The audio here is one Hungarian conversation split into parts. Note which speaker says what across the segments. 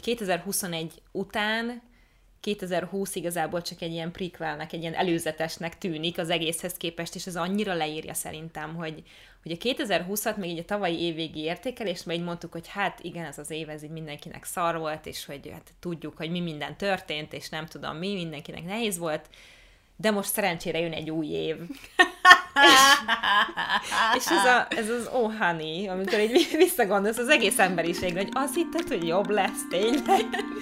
Speaker 1: 2021 után 2020 igazából csak egy ilyen prequelnek, egy ilyen előzetesnek tűnik az egészhez képest, és ez annyira leírja szerintem, hogy a 2020-at még így a tavalyi évvégi értékelésben így mondtuk, hogy hát igen, ez az év, ez így mindenkinek szar volt, és hogy hát tudjuk, hogy mi minden történt, és nem tudom mi, mindenkinek nehéz volt, de most szerencsére jön egy új év. és ez az oh honey, amikor így visszagondolsz az egész emberiségre, hogy azt hitted, hogy jobb lesz tényleg.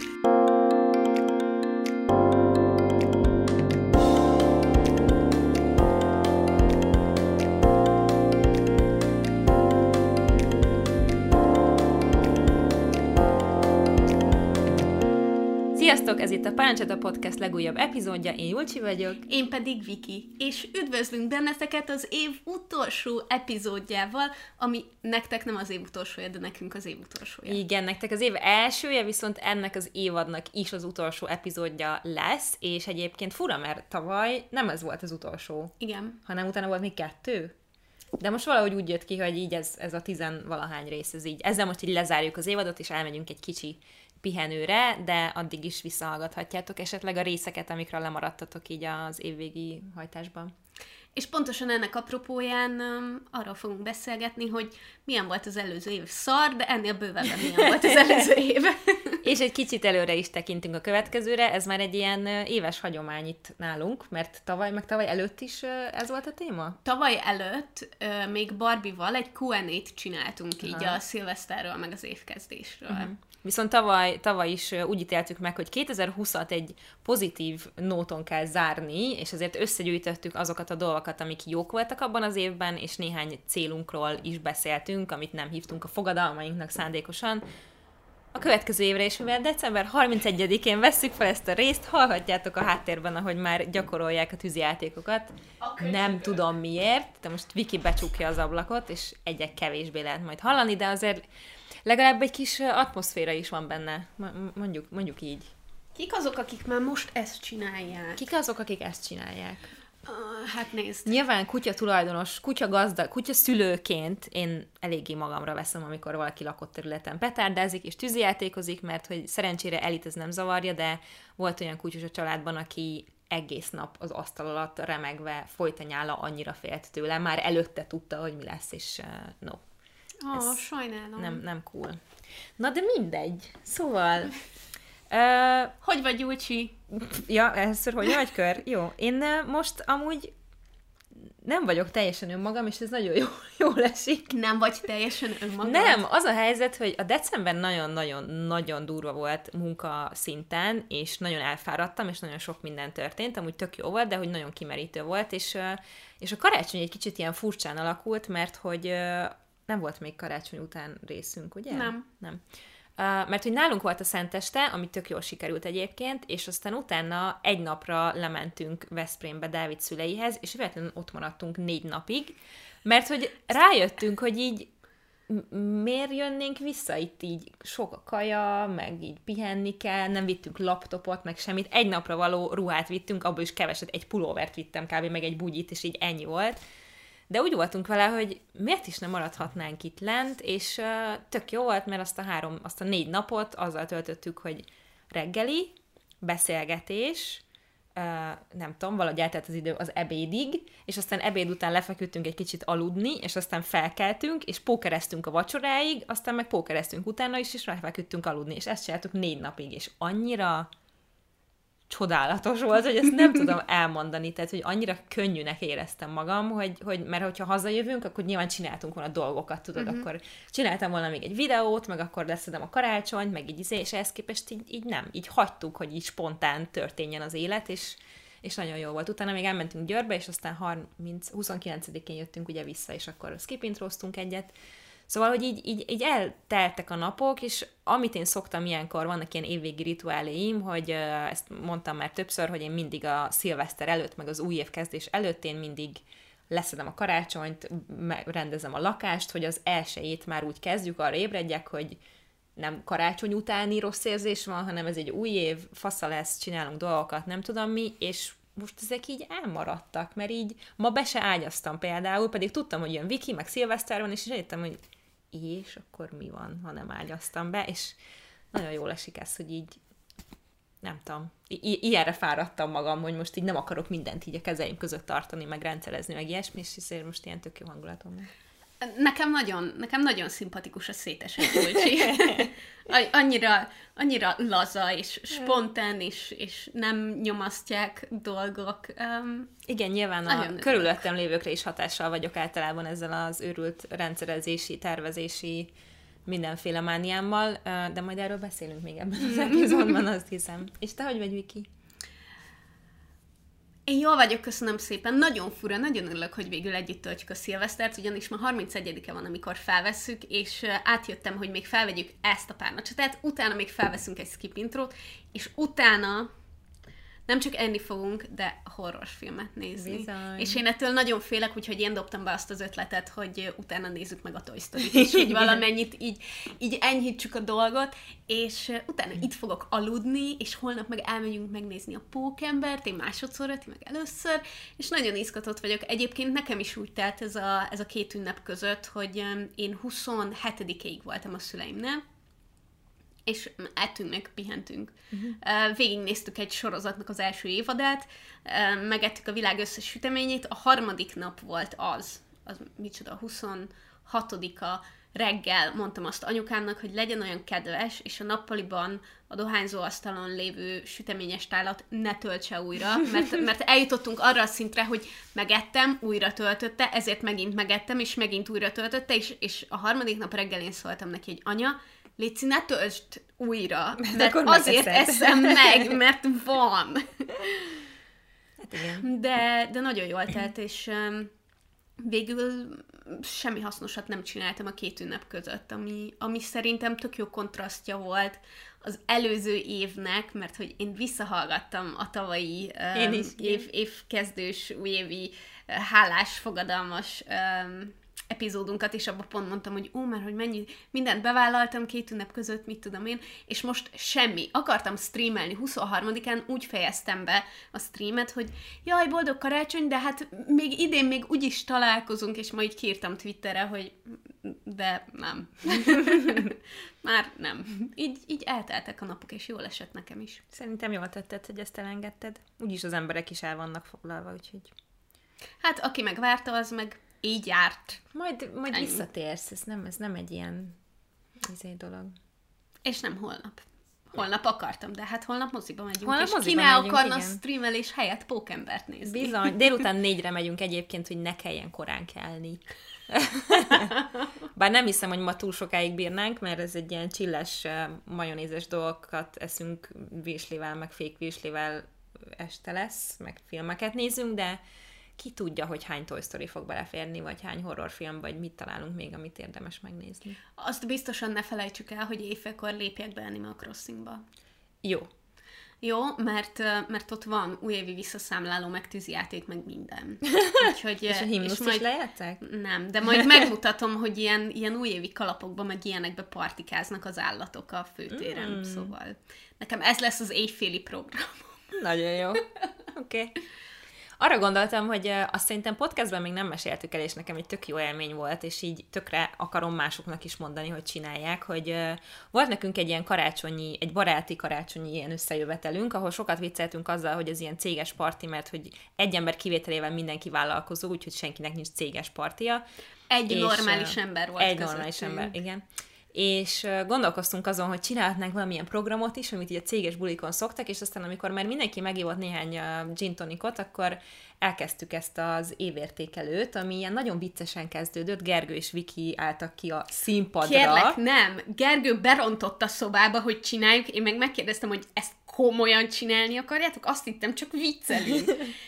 Speaker 1: Sziasztok, ez itt a Parancsata Podcast legújabb epizódja, én Julcsi vagyok.
Speaker 2: Én pedig Viki, és üdvözlünk benneteket az év utolsó epizódjával, ami nektek nem az év utolsója, de nekünk az év utolsója.
Speaker 1: Igen, nektek az év elsője, viszont ennek az évadnak is az utolsó epizódja lesz, és egyébként fura, mert tavaly nem ez volt az utolsó.
Speaker 2: Igen.
Speaker 1: Hanem utána volt még 2. De most valahogy úgy jött ki, hogy így ez a 10-valahány rész, ez így. Ezzel most így lezárjuk az évadot, és elmegyünk egy kicsi pihenőre, de addig is visszahallgathatjátok esetleg a részeket, amikről lemaradtatok így az évvégi hajtásban.
Speaker 2: És pontosan ennek apropóján arról fogunk beszélgetni, hogy milyen volt az előző év szar, de ennél bővebben milyen volt az előző év.
Speaker 1: És egy kicsit előre is tekintünk a következőre, ez már egy ilyen éves hagyomány itt nálunk, mert tavaly előtt is ez volt a téma?
Speaker 2: Tavaly előtt még Barbie-val egy Q&A-t csináltunk így a szilveszterről, meg az évkezdésről. Uh-huh.
Speaker 1: Viszont tavaly is úgy ítéltük meg, hogy 2020-at egy pozitív nóton kell zárni, és ezért összegyűjtöttük azokat a dolgokat, amik jók voltak abban az évben, és néhány célunkról is beszéltünk, amit nem hívtunk a fogadalmainknak szándékosan. A következő évre is, mivel december 31-én vesszük fel ezt a részt, hallhatjátok a háttérben, ahogy már gyakorolják a tűzijátékokat. Nem tudom miért, de most Viki becsukja az ablakot, és egyek kevésbé lehet majd hallani, de azért legalább egy kis atmoszféra is van benne, mondjuk így.
Speaker 2: Kik azok, akik már most ezt csinálják?
Speaker 1: Kik azok, akik ezt csinálják?
Speaker 2: Hát nézd.
Speaker 1: Nyilván kutya tulajdonos, kutya gazda, kutya szülőként én eléggé magamra veszem, amikor valaki lakott területen petárdázik és tűzijátékozik, mert hogy szerencsére Elit ez nem zavarja, de volt olyan kutyus a családban, aki egész nap az asztal alatt remegve folyt a nyála, annyira félt tőle, már előtte tudta, hogy mi lesz, és no.
Speaker 2: Sajnálom.
Speaker 1: Nem cool. Na, de mindegy. Szóval...
Speaker 2: hogy vagy, Julcsi?
Speaker 1: Ja, először hogy vagy, kör? Jó. Én most amúgy nem vagyok teljesen önmagam, és ez nagyon jól esik.
Speaker 2: Nem vagy teljesen önmagam?
Speaker 1: Nem, az a helyzet, hogy a december nagyon-nagyon-nagyon durva volt munka szinten, és nagyon elfáradtam, és nagyon sok minden történt, amúgy tök jó volt, de hogy nagyon kimerítő volt, és a karácsony egy kicsit ilyen furcsán alakult, mert hogy nem volt még karácsony után részünk, ugye? Nem. Mert hogy nálunk volt a Szenteste, ami tök jól sikerült egyébként, és aztán utána egy napra lementünk Veszprémbe Dávid szüleihez, és véletlenül ott maradtunk 4 napig, mert hogy rájöttünk, hogy így miért jönnénk vissza itt így sok a kaja, meg így pihenni kell, nem vittünk laptopot, meg semmit, egy napra való ruhát vittünk, abból is keveset, egy pulóvert vittem kb. Meg egy bugyit, és így ennyi volt. De úgy voltunk vele, hogy miért is nem maradhatnánk itt lent, és tök jó volt, mert azt a 4 napot azzal töltöttük, hogy reggeli, beszélgetés, nem tudom, valahogy eltelt az idő az ebédig, és aztán ebéd után lefeküdtünk egy kicsit aludni, és aztán felkeltünk, és pókereztünk a vacsoráig, aztán meg pókereztünk utána is, és lefeküdtünk aludni, és ezt csináltuk 4 napig, és annyira csodálatos volt, hogy ezt nem tudom elmondani, tehát, hogy annyira könnyűnek éreztem magam, mert hogyha hazajövünk, akkor nyilván csináltunk volna dolgokat, tudod, akkor csináltam volna még egy videót, meg akkor leszedem a karácsonyt, meg így és ehhez képest így nem, így hagytuk, hogy így spontán történjen az élet, és nagyon jó volt. Utána még elmentünk Győrbe, és aztán 29-én jöttünk ugye vissza, és akkor skipintroztunk egyet. Szóval, hogy így elteltek a napok, és amit én szoktam ilyenkor, vannak ilyen évvégi rituáléim, hogy ezt mondtam már többször, hogy én mindig a szilveszter előtt, meg az új év kezdés előtt én mindig leszedem a karácsonyt, rendezem a lakást, hogy az elsőjét már úgy kezdjük, arra ébredjek, hogy nem karácsony utáni rossz érzés van, hanem ez egy új év, fasza lesz, csinálunk dolgokat, nem tudom mi, és most ezek így elmaradtak, mert így ma be se ágyaztam például, pedig tudtam, hogy jön Viki, meg szilveszter van, és értem, hogy és akkor mi van, ha nem ágyaztam be, és nagyon jól esik ez, hogy így nem tudom, ilyenre fáradtam magam, hogy most így nem akarok mindent így a kezeim között tartani, meg rendszerezni, meg ilyesmi, és ezért most ilyen tök jó hangulatom van.
Speaker 2: Nekem nagyon szimpatikus a Szétesett Gyulcsi. annyira laza és spontán, és nem nyomasztják dolgok.
Speaker 1: Igen, nyilván a körülöttem lévőkre is hatással vagyok általában ezzel az őrült rendszerezési, tervezési mindenféle mániámmal, de majd erről beszélünk még ebben az epizódban, azt hiszem. És te hogy vagy, Viki?
Speaker 2: Én jól vagyok, köszönöm szépen. Nagyon fura, nagyon örülök, hogy végül együtt töltjük a szilvesztert, ugyanis ma 31-e van, amikor felvesszük, és átjöttem, hogy még felvegyük ezt a párnacsatát, utána még felveszünk egy skip intrót, és utána nem csak enni fogunk, de horrorfilmet nézni.
Speaker 1: Bizony.
Speaker 2: És én ettől nagyon félek, úgyhogy én dobtam be azt az ötletet, hogy utána nézzük meg a Toy Story-t, és hogy valamennyit így enyhítsük a dolgot, és utána itt fogok aludni, és holnap meg elmegyünk megnézni a Pókembert, én másodszorra, ti meg először, és nagyon izgatott vagyok. Egyébként nekem is úgy telt ez a két ünnep között, hogy én 27-ig voltam a szüleimnél, és ettünk meg, pihentünk. Végignéztük egy sorozatnak az első évadát, megettük a világ összes süteményét, a harmadik nap volt az micsoda, 26-a reggel mondtam azt anyukámnak, hogy legyen olyan kedves, és a nappaliban a dohányzóasztalon lévő süteményes tálat ne töltse újra, mert eljutottunk arra a szintre, hogy megettem, újra töltötte, ezért megint megettem, és megint újra töltötte, és a harmadik nap reggel én szóltam neki, hogy anya, Léci, ne töltsd újra, mert azért eszem meg, mert van.
Speaker 1: Hát igen.
Speaker 2: De nagyon jól telt, és végül semmi hasznosat nem csináltam a két ünnep között, ami szerintem tök jó kontrasztja volt az előző évnek, mert hogy én visszahallgattam a tavalyi évkezdős, újévi hálás, fogadalmas epizódunkat, és abban pont mondtam, hogy mert hogy mennyi mindent bevállaltam két ünnep között, mit tudom én, és most semmi. Akartam streamelni 23-án, úgy fejeztem be a streamet, hogy jaj, boldog karácsony, de hát még idén még úgyis találkozunk, és majd kiírtam Twitterre, hogy de nem. Már nem. Így elteltek a napok, és jól esett nekem is.
Speaker 1: Szerintem jól tetted, hogy ezt elengedted. Úgyis az emberek is el vannak foglalva, úgyhogy...
Speaker 2: Hát aki megvárta, az meg így járt.
Speaker 1: Majd visszatérsz, ez nem egy ilyen dolog.
Speaker 2: És nem holnap. Holnap akartam, de hát holnap moziba megyünk,
Speaker 1: holnap
Speaker 2: és
Speaker 1: moziba
Speaker 2: ki ne
Speaker 1: megyünk,
Speaker 2: akarna
Speaker 1: igen.
Speaker 2: streamelés helyett Pókembert nézni.
Speaker 1: Bizony. Délután 4-re megyünk egyébként, hogy ne kelljen korán kelni. Bár nem hiszem, hogy ma túl sokáig bírnánk, mert ez egy ilyen csilles, majonézes dolgokat eszünk virslivel, meg fékvirslivel este lesz, meg filmeket nézünk, de ki tudja, hogy hány Toy Story fog beleférni, vagy hány horrorfilm, vagy mit találunk még, amit érdemes megnézni.
Speaker 2: Azt biztosan ne felejtsük el, hogy éjfélkor lépjek be Animal Crossingba.
Speaker 1: Jó.
Speaker 2: Jó, mert ott van újévi visszaszámláló, meg tűzijáték, meg minden. Úgyhogy,
Speaker 1: és a himnuszt is lejátszák?
Speaker 2: Nem, de majd megmutatom, hogy ilyen újévi kalapokban, meg ilyenekbe partikáznak az állatok a főtéren. Szóval nekem ez lesz az éjféli program.
Speaker 1: Nagyon jó. Oké. Okay. Arra gondoltam, hogy azt szerintem podcastban még nem meséltük el, és nekem egy tök jó élmény volt, és így tökre akarom másoknak is mondani, hogy csinálják, hogy volt nekünk egy ilyen egy baráti karácsonyi ilyen összejövetelünk, ahol sokat vicceltünk azzal, hogy ez ilyen céges parti, mert hogy egy ember kivételével mindenki vállalkozó, úgyhogy senkinek nincs céges partia.
Speaker 2: Egy normális ember volt
Speaker 1: egy normális ember, igen. És gondolkoztunk azon, hogy csinálhatnánk valamilyen programot is, amit így a céges bulikon szoktak, és aztán amikor már mindenki megívott néhány gin tonicot, akkor elkezdtük ezt az évértékelőt, ami ilyen nagyon viccesen kezdődött, Gergő és Viki álltak ki a színpadra.
Speaker 2: Kérlek, nem! Gergő berontott a szobába, hogy csináljuk, én meg megkérdeztem, hogy ezt komolyan csinálni akarjátok? Azt hittem, csak viccelünk.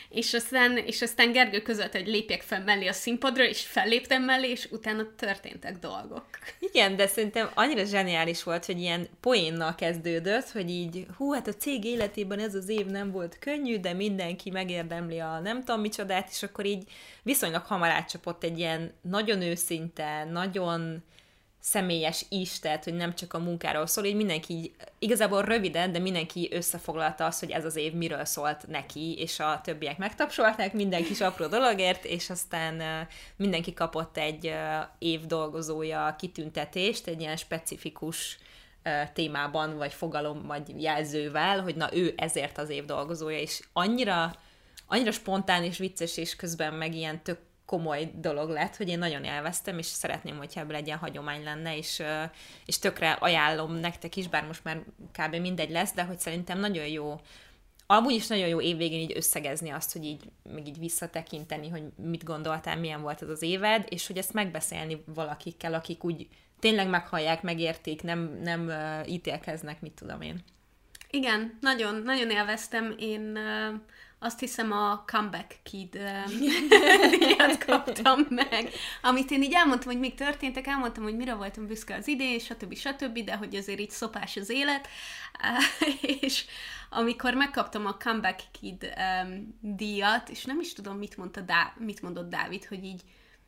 Speaker 2: és aztán Gergő közölte, hogy lépjek fel mellé a színpadra, és felléptem mellé, és utána történtek dolgok.
Speaker 1: Igen, de szerintem annyira zseniális volt, hogy ilyen poénnal kezdődött, hogy így, hát a cég életében ez az év nem volt könnyű, de mindenki megérdemli a nem tudom micsodát, és akkor így viszonylag hamar átcsapott egy ilyen nagyon őszinte, nagyon személyes is, tehát, hogy nem csak a munkáról szól, így mindenki így, igazából röviden, de mindenki összefoglalta azt, hogy ez az év miről szólt neki, és a többiek megtapsolták minden kis apró dologért, és aztán mindenki kapott egy év dolgozója kitüntetést, egy ilyen specifikus témában, vagy fogalom, vagy jelzővel, hogy na ő ezért az év dolgozója, és annyira spontán és vicces, és közben meg ilyen tök komoly dolog lett, hogy én nagyon élveztem, és szeretném, hogyha ebből egy ilyen hagyomány lenne, és tökre ajánlom nektek is, bár most már kb. Mindegy lesz, de hogy szerintem nagyon jó, amúgy is nagyon jó évvégén így összegezni azt, hogy így még így visszatekinteni, hogy mit gondoltál, milyen volt az éved, és hogy ezt megbeszélni valakikkel, akik úgy tényleg meghallják, megértik, nem ítélkeznek, mit tudom én.
Speaker 2: Igen, nagyon, nagyon élveztem. Én azt hiszem a Comeback Kid díjat kaptam meg, amit én így elmondtam, hogy még történtek, elmondtam, hogy mire voltam büszke az idén, stb., de hogy azért így szopás az élet, és amikor megkaptam a Comeback Kid díjat, és nem is tudom, mit mondott Dávid, hogy így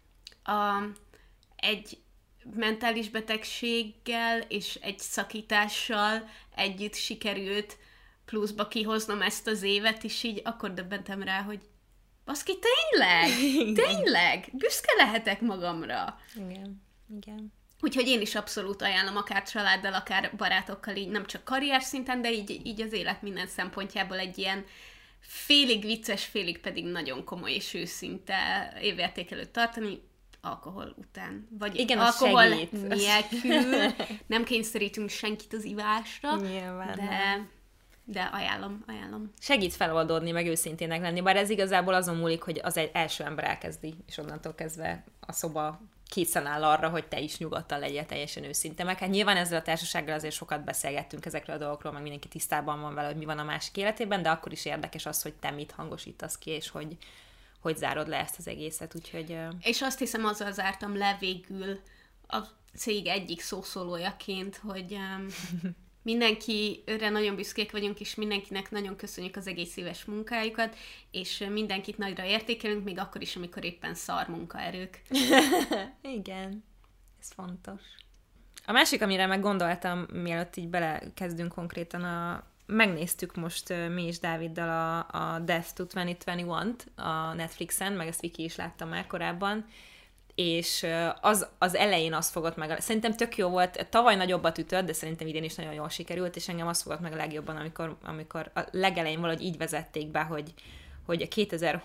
Speaker 2: egy mentális betegséggel és egy szakítással együtt sikerült pluszba kihoznom ezt az évet, és így akkor döbbentem rá, hogy baszki, tényleg, büszke lehetek magamra.
Speaker 1: Igen.
Speaker 2: Úgyhogy én is abszolút ajánlom, akár családdal, akár barátokkal, így nem csak karrier szinten, de így az élet minden szempontjából egy ilyen félig vicces, félig pedig nagyon komoly és őszinte évértékelőt tartani, alkohol után. Vagy
Speaker 1: igen,
Speaker 2: alkohol nélkül. Nem kényszerítünk senkit az ivásra,
Speaker 1: nyilván,
Speaker 2: de ajánlom.
Speaker 1: Segít feloldódni, meg őszintének lenni, bár ez igazából azon múlik, hogy az egy első ember elkezdi, és onnantól kezdve a szoba készen áll arra, hogy te is nyugodtan legyél, teljesen őszinte. Meg hát nyilván ezzel a társasággal azért sokat beszélgettünk ezekről a dolgokról, meg mindenki tisztában van vele, hogy mi van a másik életében, de akkor is érdekes az, hogy te mit hangosítasz ki, és hogy zárod le ezt az egészet, úgyhogy...
Speaker 2: És azt hiszem, azzal zártam le végül a cég egyik szószólójaként, hogy mindenkire nagyon büszkék vagyunk, és mindenkinek nagyon köszönjük az egész éves munkájukat, és mindenkit nagyra értékelünk, még akkor is, amikor éppen szar munkaerők.
Speaker 1: Igen, ez fontos. A másik, amire meg gondoltam, mielőtt így belekezdünk konkrétan, megnéztük most mi is Dáviddal a Death to 2021-t a Netflixen, meg ezt Viki is látta már korábban, és az elején azt fogott meg, szerintem tök jó volt, tavaly nagyobbat ütött, de szerintem idén is nagyon jól sikerült, és engem azt fogott meg a legjobban, amikor a legelején valahogy így vezették be, hogy a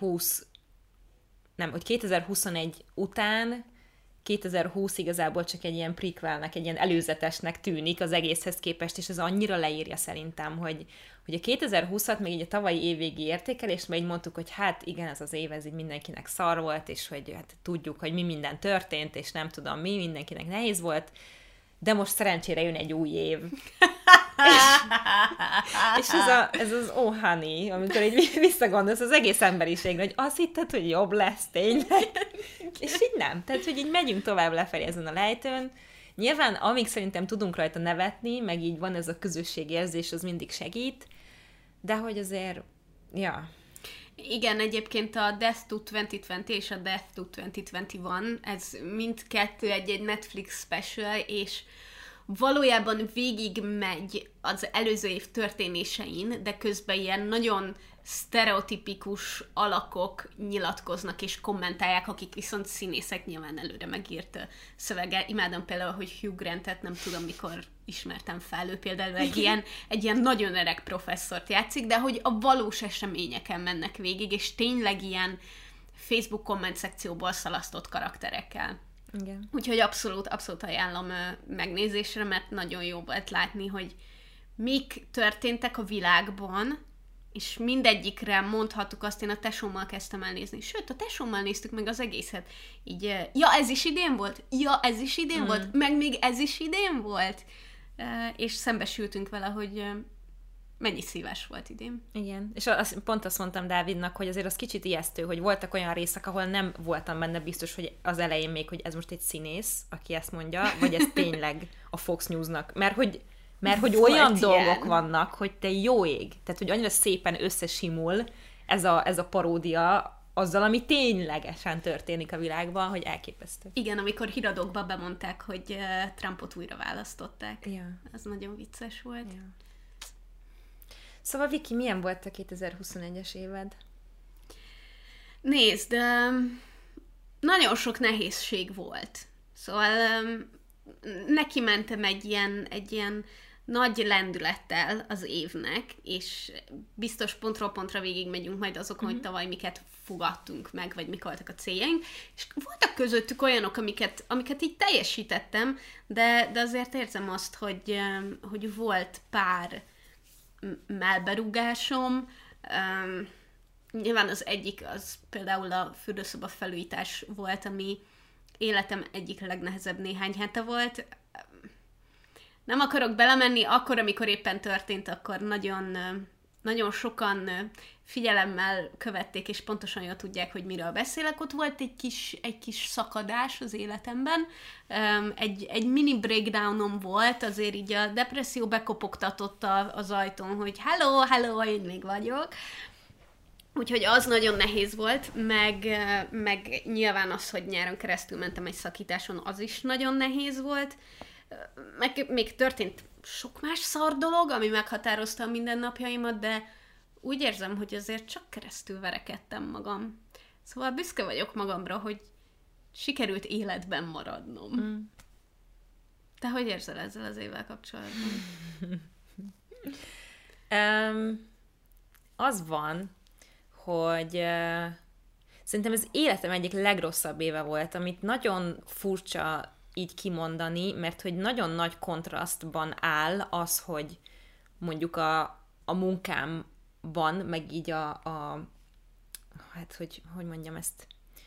Speaker 1: 2021 után 2020 igazából csak egy ilyen prequelnek, egy ilyen előzetesnek tűnik az egészhez képest, és ez annyira leírja szerintem, hogy a 2020-at még így a tavalyi évvégi értékelést, így mondtuk, hogy hát igen, ez az év, ez így mindenkinek szar volt, és hogy hát tudjuk, hogy mi minden történt, és nem tudom mi, mindenkinek nehéz volt, de most szerencsére jön egy új év. és ez az oh honey, amikor így visszagondolsz az egész emberiségre, hogy azt hitted, hogy jobb lesz tényleg. és így nem. Tehát, hogy így megyünk tovább lefelé ezen a lejtőn. Nyilván, amíg szerintem tudunk rajta nevetni, meg így van ez a közösségérzés, az mindig segít, de hogy azért, ja.
Speaker 2: Igen, egyébként a Death to 2020 és a Death to 2021, ez mindkettő egy Netflix special, és valójában végig megy az előző év történésein, de közben ilyen nagyon sztereotipikus alakok nyilatkoznak és kommentálják, akik viszont színészek, nyilván előre megírt szöveggel. Imádom például, hogy Hugh Grantet nem tudom, mikor ismertem fel, ő például egy ilyen nagyon öreg professzort játszik, de hogy a valós eseményeken mennek végig, és tényleg ilyen Facebook komment szekcióból szalasztott karakterekkel.
Speaker 1: Igen.
Speaker 2: Úgyhogy abszolút ajánlom megnézésre, mert nagyon jó volt látni, hogy mik történtek a világban, és mindegyikre mondhattuk azt, én a tesómmal kezdtem el nézni. Sőt, a tesómmal néztük meg az egészet. Így, ja, ez is idén volt? Ja, ez is idén volt? Meg még ez is idén volt? És szembesültünk vele, hogy mennyi szívás volt idén.
Speaker 1: Igen, és pont azt mondtam Dávidnak, hogy azért az kicsit ijesztő, hogy voltak olyan részek, ahol nem voltam benne biztos, hogy az elején még, hogy ez most egy színész, aki ezt mondja, vagy ez tényleg a Fox News-nak. Mert hogy olyan dolgok vannak, hogy te jó ég. Tehát, hogy annyira szépen összesimul ez a paródia azzal, ami ténylegesen történik a világban, hogy elképesztő.
Speaker 2: Igen, amikor híradókban bemondták, hogy Trumpot újra választották.
Speaker 1: Ja.
Speaker 2: Ez nagyon vicces volt.
Speaker 1: Ja. Szóval, Viki, milyen volt a 2021-es éved?
Speaker 2: Nézd, nagyon sok nehézség volt. Szóval neki mentem egy ilyen nagy lendülettel az évnek, és biztos pontról pontra végigmegyünk majd azokon, hogy tavaly miket fogadtunk meg, vagy mik voltak a céljaink, és voltak közöttük olyanok, amiket így teljesítettem, de azért érzem azt, hogy volt pár mellberúgásom. Nyilván az egyik, az például a fürdőszoba felújítás volt, ami életem egyik legnehezebb néhány hete volt. Nem akarok belemenni, akkor, amikor éppen történt, akkor nagyon, nagyon sokan figyelemmel követték, és pontosan jól tudják, hogy miről beszélek. Ott volt egy kis szakadás az életemben, egy mini breakdownom volt, azért így a depresszió bekopogtatott az ajtón, hogy hello, én még vagyok. Úgyhogy az nagyon nehéz volt, meg nyilván az, hogy nyáron keresztül mentem egy szakításon, az is nagyon nehéz volt. Meg még történt sok más szar dolog, ami meghatározta a mindennapjaimat, de úgy érzem, hogy azért csak keresztül verekedtem magam. Szóval büszke vagyok magamra, hogy sikerült életben maradnom. Te hogy érzel ezzel az évvel kapcsolatban?
Speaker 1: Az van, hogy szerintem az életem egyik legrosszabb éve volt, amit nagyon furcsa így kimondani, mert hogy nagyon nagy kontrasztban áll az, hogy mondjuk a munkámban, meg így hát hogy mondjam ezt.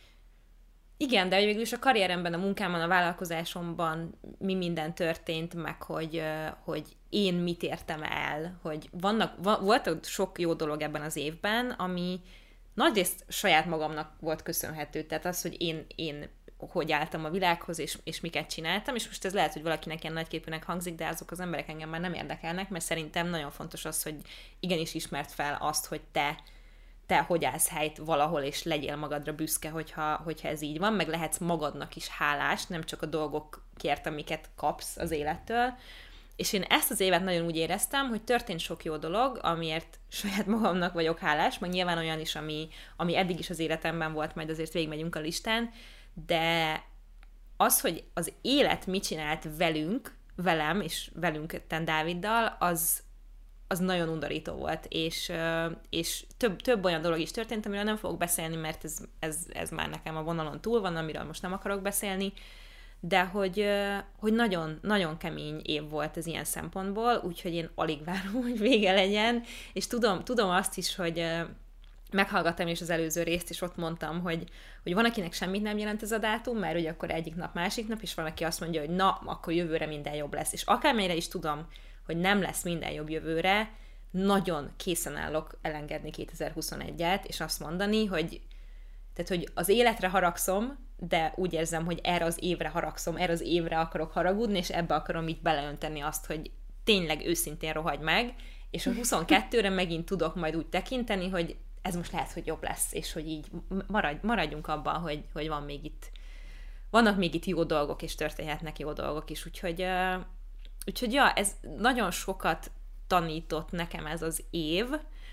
Speaker 1: Igen, de végül is a karrieremben, a munkámban, a vállalkozásomban mi minden történt, meg hogy én mit értem el, hogy voltak sok jó dolog ebben az évben, ami nagyrészt saját magamnak volt köszönhető, tehát az, hogy én hogy álltam a világhoz, és miket csináltam, és most ez lehet, hogy valakinek ilyen nagyképűnek hangzik, de azok az emberek engem már nem érdekelnek, mert szerintem nagyon fontos az, hogy igenis ismerd fel azt, hogy te hogy állsz helyt valahol, és legyél magadra büszke, hogyha ez így van, meg lehetsz magadnak is hálás, nem csak a dolgokért, amiket kapsz az élettől. És én ezt az évet nagyon úgy éreztem, hogy történt sok jó dolog, amiért saját magamnak vagyok hálás, meg nyilván olyan is, ami eddig is az életemben volt, majd azért végigmegyünk a listán, de az, hogy az élet mit csinált velem, és velünk Dáviddal, az nagyon undorító volt, és több olyan dolog is történt, amiről nem fogok beszélni, mert ez már nekem a vonalon túl van, amiről most nem akarok beszélni, de hogy nagyon, nagyon kemény év volt ez ilyen szempontból, úgyhogy én alig várom, hogy vége legyen, és tudom azt is, hogy meghallgattam is az előző részt, és ott mondtam, hogy van, akinek semmit nem jelent ez a dátum, mert ugye akkor egyik nap, másik nap, és van, aki azt mondja, hogy na, akkor jövőre minden jobb lesz. És akármennyire is tudom, hogy nem lesz minden jobb jövőre, nagyon készen állok elengedni 2021-et, és azt mondani, hogy az életre haragszom, de úgy érzem, hogy erre az évre haragszom, erre az évre akarok haragudni, és ebbe akarom így beleönteni azt, hogy tényleg őszintén rohagy meg, és a 22-re megint tudok majd úgy tekinteni, hogy ez most lehet, hogy jobb lesz, és hogy így maradjunk abban, hogy vannak még itt jó dolgok, és történhetnek jó dolgok is, úgyhogy ja, ez nagyon sokat tanított nekem ez az év,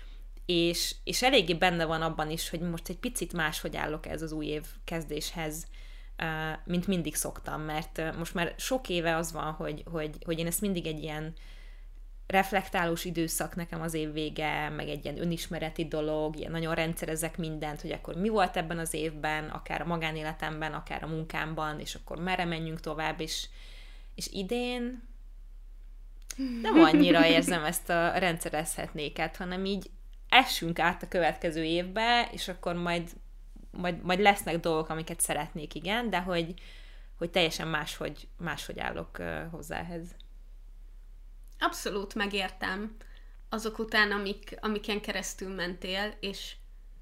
Speaker 1: és eléggé benne van abban is, hogy most egy picit máshogy állok ez az új év kezdéshez, mint mindig szoktam, mert most már sok éve az van, hogy én ezt mindig egy ilyen reflektálós időszak nekem az év vége, meg egy ilyen önismereti dolog, ilyen nagyon rendszerezek mindent, hogy akkor mi volt ebben az évben, akár a magánéletemben, akár a munkámban, és akkor merre menjünk tovább, és idén nem annyira érzem ezt a rendszerezhetnéket, hanem így essünk át a következő évbe, és akkor majd lesznek dolgok, amiket szeretnék, igen, de hogy teljesen máshogy állok hozzá ehhez.
Speaker 2: Abszolút megértem azok után, amiken keresztül mentél, és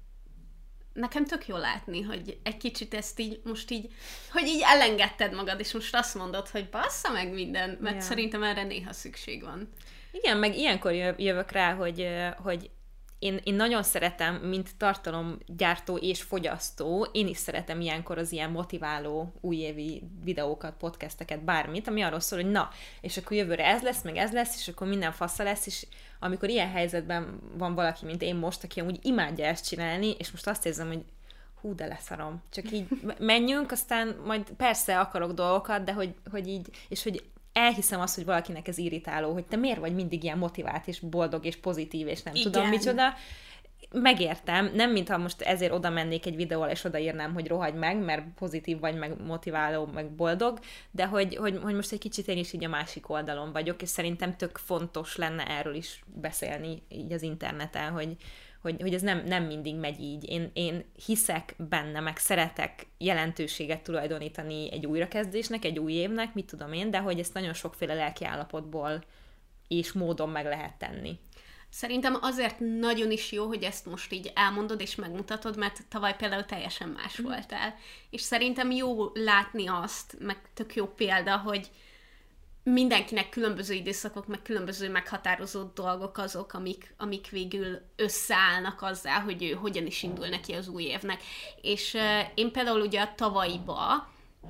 Speaker 2: nekem tök jó látni, hogy egy kicsit ezt így, most így, hogy így elengedted magad, és most azt mondod, hogy bassza meg minden, mert szerintem erre néha szükség van.
Speaker 1: Igen, meg ilyenkor jövök rá, hogy én nagyon szeretem, mint tartalomgyártó és fogyasztó, én is szeretem ilyenkor az ilyen motiváló újévi videókat, podcasteket, bármit, ami arról szól, hogy na, és akkor jövőre ez lesz, és akkor minden fassa lesz, és amikor ilyen helyzetben van valaki, mint én most, aki amúgy imádja ezt csinálni, és most azt érzem, hogy hú, de leszarom. Csak így menjünk, aztán majd persze akarok dolgokat, de hogy így, és hogy elhiszem azt, hogy valakinek ez irritáló, hogy te miért vagy mindig ilyen motivált, és boldog, és pozitív, és nem tudom micsoda. Megértem, nem mintha most ezért oda mennék egy videóval, és odaírnám, hogy rohagy meg, mert pozitív vagy, meg motiváló, meg boldog, de hogy most egy kicsit én is így a másik oldalon vagyok, és szerintem tök fontos lenne erről is beszélni így az interneten, hogy ez nem mindig megy így. Én hiszek benne, meg szeretek jelentőséget tulajdonítani egy újrakezdésnek, egy új évnek, mit tudom én, de hogy ezt nagyon sokféle lelkiállapotból és módon meg lehet tenni.
Speaker 2: Szerintem azért nagyon is jó, hogy ezt most így elmondod és megmutatod, mert tavaly például teljesen más voltál. És szerintem jó látni azt, meg tök jó példa, hogy mindenkinek különböző időszakok, meg különböző meghatározó dolgok azok, amik végül összeállnak azzal, hogy ő hogyan is indul neki az új évnek. És én például ugye a tavalyiba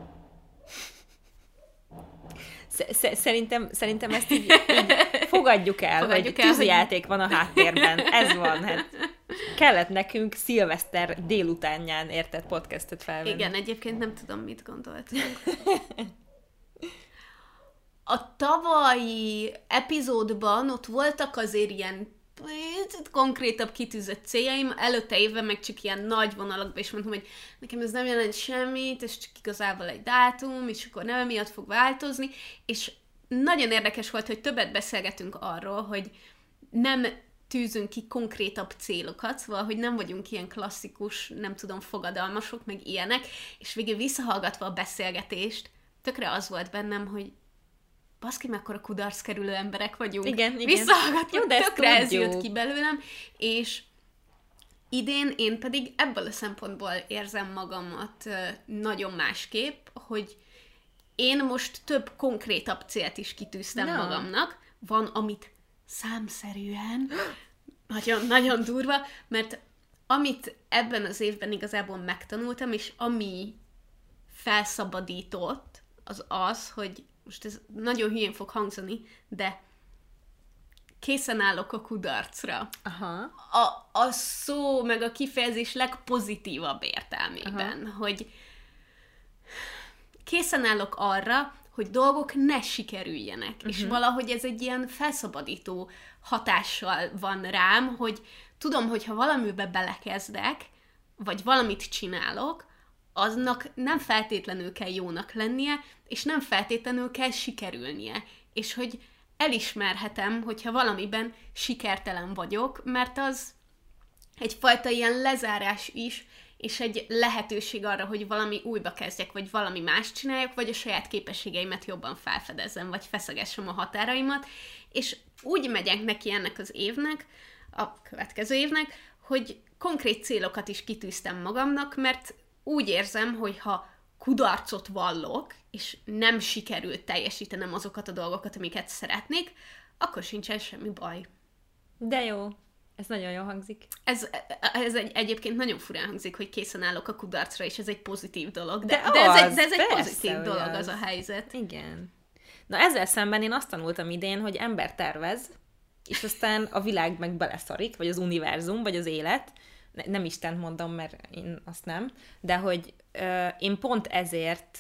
Speaker 1: Szerintem ezt így fogadjuk el, hogy tűzijáték van a háttérben. Ez van, hát kellett nekünk szilveszter délutánján értett podcastot felvenni.
Speaker 2: Igen, egyébként nem tudom, mit gondoltunk. A tavalyi epizódban ott voltak azért ilyen konkrétabb kitűzött céljaim, előtte évben meg csak ilyen nagy vonalakban is mondtam, hogy nekem ez nem jelent semmit, ez csak igazából egy dátum, és akkor nem emiatt fog változni, és nagyon érdekes volt, hogy többet beszélgetünk arról, hogy nem tűzünk ki konkrétabb célokat, szóval, hogy nem vagyunk ilyen klasszikus, nem tudom, fogadalmasok, meg ilyenek, és végül visszahallgatva a beszélgetést, tökre az volt bennem, hogy baszki, mekkora kudarc kerülő emberek vagyunk.
Speaker 1: Igen.
Speaker 2: Visszahallgatva, tökre ez jött ki belőlem, és idén én pedig ebből a szempontból érzem magamat nagyon másképp, hogy én most több konkrétabb célt is kitűztem magamnak. Van, amit számszerűen, nagyon-nagyon durva, mert amit ebben az évben igazából megtanultam, és ami felszabadított, az, hogy most ez nagyon hülyén fog hangzani, de készen állok a kudarcra.
Speaker 1: Aha.
Speaker 2: A szó, meg a kifejezés legpozitívabb értelmében, hogy készen állok arra, hogy dolgok ne sikerüljenek. És valahogy ez egy ilyen felszabadító hatással van rám, hogy tudom, hogy ha valamibe belekezdek, vagy valamit csinálok, aznak nem feltétlenül kell jónak lennie, és nem feltétlenül kell sikerülnie. És hogy elismerhetem, hogyha valamiben sikertelen vagyok, mert az egyfajta ilyen lezárás is, és egy lehetőség arra, hogy valami újba kezdjek, vagy valami más csináljak, vagy a saját képességeimet jobban felfedezzem, vagy feszegessem a határaimat, és úgy megyek neki ennek az évnek, a következő évnek, hogy konkrét célokat is kitűztem magamnak, mert úgy érzem, hogy ha kudarcot vallok, és nem sikerült teljesítenem azokat a dolgokat, amiket szeretnék, akkor sincsen semmi baj.
Speaker 1: De jó. Ez nagyon jól hangzik.
Speaker 2: Ez egyébként nagyon furán hangzik, hogy készen állok a kudarcra, és ez egy pozitív dolog.
Speaker 1: De
Speaker 2: ez egy pozitív dolog, az a helyzet.
Speaker 1: Igen. Na ezzel szemben én azt tanultam idén, hogy ember tervez, és aztán a világ meg beleszarik, vagy az univerzum, vagy az élet. Nem Istent mondom, mert én azt nem, de hogy én pont ezért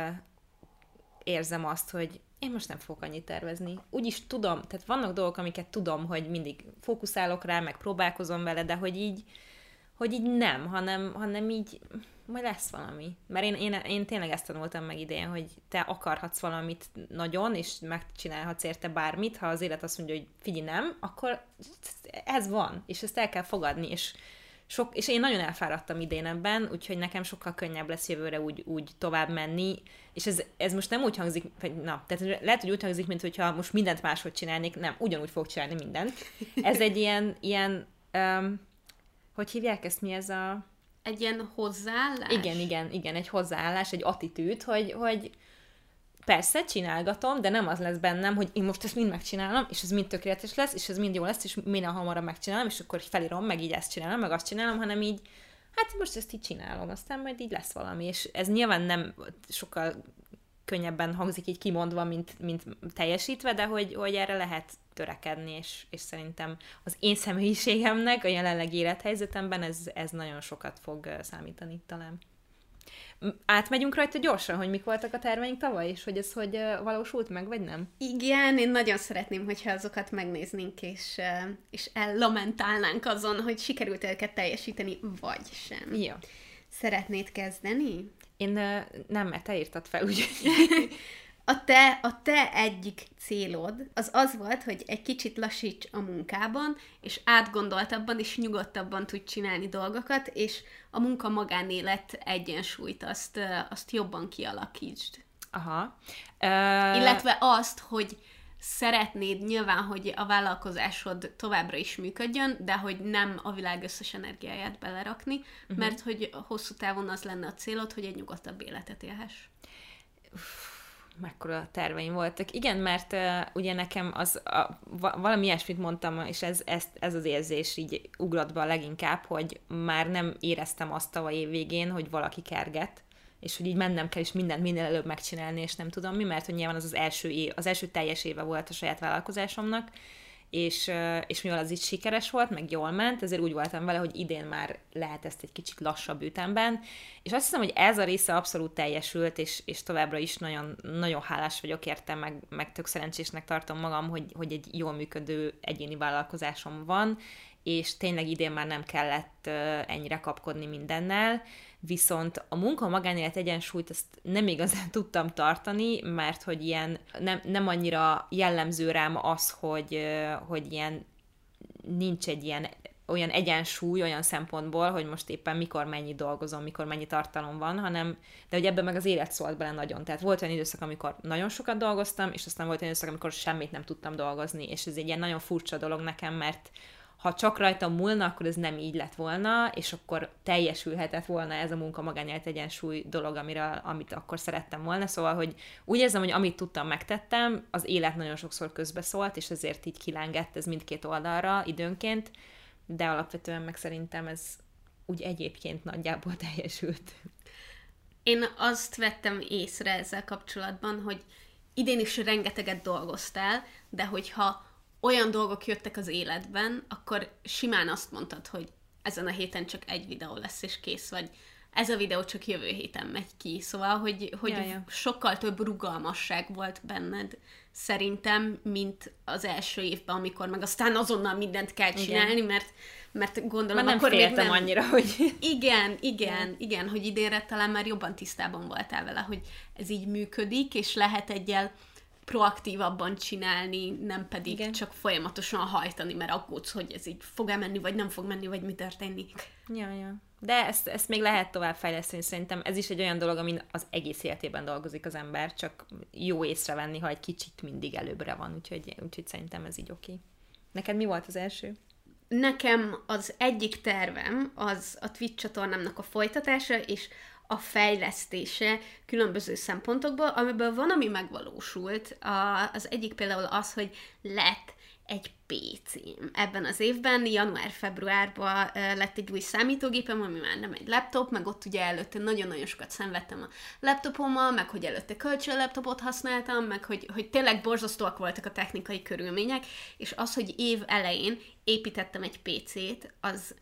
Speaker 1: érzem azt, hogy én most nem fogok annyit tervezni. Úgyis tudom, tehát vannak dolgok, amiket tudom, hogy mindig fókuszálok rá, meg próbálkozom vele, de hogy így nem, hanem így majd lesz valami. Mert én tényleg ezt tanultam meg idén, hogy te akarhatsz valamit nagyon, és megcsinálhatsz érte bármit, ha az élet azt mondja, hogy figyelj, nem, akkor ez van, és ezt el kell fogadni, és én nagyon elfáradtam idén ebben, úgyhogy nekem sokkal könnyebb lesz jövőre úgy tovább menni, és ez most nem úgy hangzik, tehát lehet, hogy úgy hangzik, mint hogyha most mindent máshogy csinálnék, nem, ugyanúgy fogok csinálni mindent. Ez egy ilyen hogy hívják ezt, mi ez a...
Speaker 2: Egy ilyen hozzáállás?
Speaker 1: Igen, egy hozzáállás, egy attitűd, hogy persze, csinálgatom, de nem az lesz bennem, hogy én most ezt mind megcsinálom, és ez mind tökéletes lesz, és ez mind jó lesz, és minél hamarabb megcsinálom, és akkor felírom, meg így ezt csinálom, meg azt csinálom, hanem így, hát most ezt így csinálom, aztán majd így lesz valami, és ez nyilván nem sokkal könnyebben hangzik így kimondva, mint teljesítve, de hogy erre lehet törekedni, és szerintem az én személyiségemnek, a jelenlegi élethelyzetemben ez nagyon sokat fog számítani talán. Átmegyünk rajta gyorsan, hogy mik voltak a terveink tavaly, és hogy ez hogy valósult meg, vagy nem?
Speaker 2: Igen, én nagyon szeretném, hogyha azokat megnéznénk, és ellamentálnánk azon, hogy sikerült őket teljesíteni, vagy sem.
Speaker 1: Jó.
Speaker 2: Szeretnéd kezdeni?
Speaker 1: Én nem, mert te írtad fel, úgyhogy...
Speaker 2: A te egyik célod az volt, hogy egy kicsit lassíts a munkában, és átgondoltabban és nyugodtabban tudj csinálni dolgokat, és a munka-magánélet egyensúlyt azt jobban kialakítsd.
Speaker 1: Aha.
Speaker 2: Illetve azt, hogy szeretnéd nyilván, hogy a vállalkozásod továbbra is működjön, de hogy nem a világ összes energiáját belerakni, mert hogy hosszú távon az lenne a célod, hogy egy nyugodtabb életet élhess.
Speaker 1: Mekkora terveim voltak. Igen, mert ugye nekem valami ilyesmit mondtam, és ez az érzés így ugrott be a leginkább, hogy már nem éreztem azt tavaly év végén, hogy valaki kerget, és hogy így mennem kell, és mindent minél előbb megcsinálni, és nem tudom mi, mert hogy nyilván az első teljes éve volt a saját vállalkozásomnak, és mivel az így sikeres volt, meg jól ment, ezért úgy voltam vele, hogy idén már lehet ezt egy kicsit lassabb ütemben, és azt hiszem, hogy ez a része abszolút teljesült, és továbbra is nagyon, nagyon hálás vagyok érte, meg tök szerencsésnek tartom magam, hogy egy jól működő egyéni vállalkozásom van, és tényleg idén már nem kellett ennyire kapkodni mindennel, viszont a munka-magánélet egyensúlyt azt nem igazán tudtam tartani, mert hogy ilyen nem annyira jellemző rám az, hogy ilyen nincs egy ilyen olyan egyensúly olyan szempontból, hogy most éppen mikor mennyi dolgozom, mikor mennyi tartalom van, de hogy ebben meg az élet szólt bele nagyon. Tehát volt olyan időszak, amikor nagyon sokat dolgoztam, és aztán volt olyan időszak, amikor semmit nem tudtam dolgozni, és ez egy ilyen nagyon furcsa dolog nekem, mert ha csak rajtam múlna, akkor ez nem így lett volna, és akkor teljesülhetett volna ez a munka-magánélet egyensúly dolog, amit akkor szerettem volna. Szóval, hogy úgy érzem, hogy amit tudtam, megtettem, az élet nagyon sokszor közbeszólt, és ezért így kilengett ez mindkét oldalra időnként, de alapvetően meg szerintem ez úgy egyébként nagyjából teljesült.
Speaker 2: Én azt vettem észre ezzel kapcsolatban, hogy idén is rengeteget dolgoztál, de hogyha olyan dolgok jöttek az életben, akkor simán azt mondtad, hogy ezen a héten csak egy videó lesz, és kész vagy. Ez a videó csak jövő héten megy ki. Szóval, hogy sokkal több rugalmasság volt benned szerintem, mint az első évben, amikor meg aztán azonnal mindent kell csinálni, mert gondolom,
Speaker 1: már nem
Speaker 2: akkor
Speaker 1: féltem annyira, hogy...
Speaker 2: Igen, hogy idénre talán már jobban tisztában voltál vele, hogy ez így működik, és lehet egyel proaktívabban csinálni, nem pedig csak folyamatosan hajtani, mert aggódsz, hogy ez így fog-e menni, vagy nem fog menni, vagy mi történik.
Speaker 1: Ja. De ezt még lehet tovább fejleszteni, szerintem ez is egy olyan dolog, amin az egész életében dolgozik az ember, csak jó észrevenni, ha egy kicsit mindig előbbre van, úgyhogy szerintem ez így oké. Neked mi volt az első?
Speaker 2: Nekem az egyik tervem az a Twitch csatornámnak a folytatása, és a fejlesztése különböző szempontokból, amiből van, ami megvalósult. Az egyik például az, hogy lett egy PC-m. Ebben az évben, január-februárban lett egy új számítógépem, ami már nem egy laptop, meg ott ugye előtte nagyon-nagyon sokat szenvedtem a laptopommal, meg hogy előtte kölcsön laptopot használtam, meg hogy tényleg borzasztóak voltak a technikai körülmények, és az, hogy év elején építettem egy PC-t, az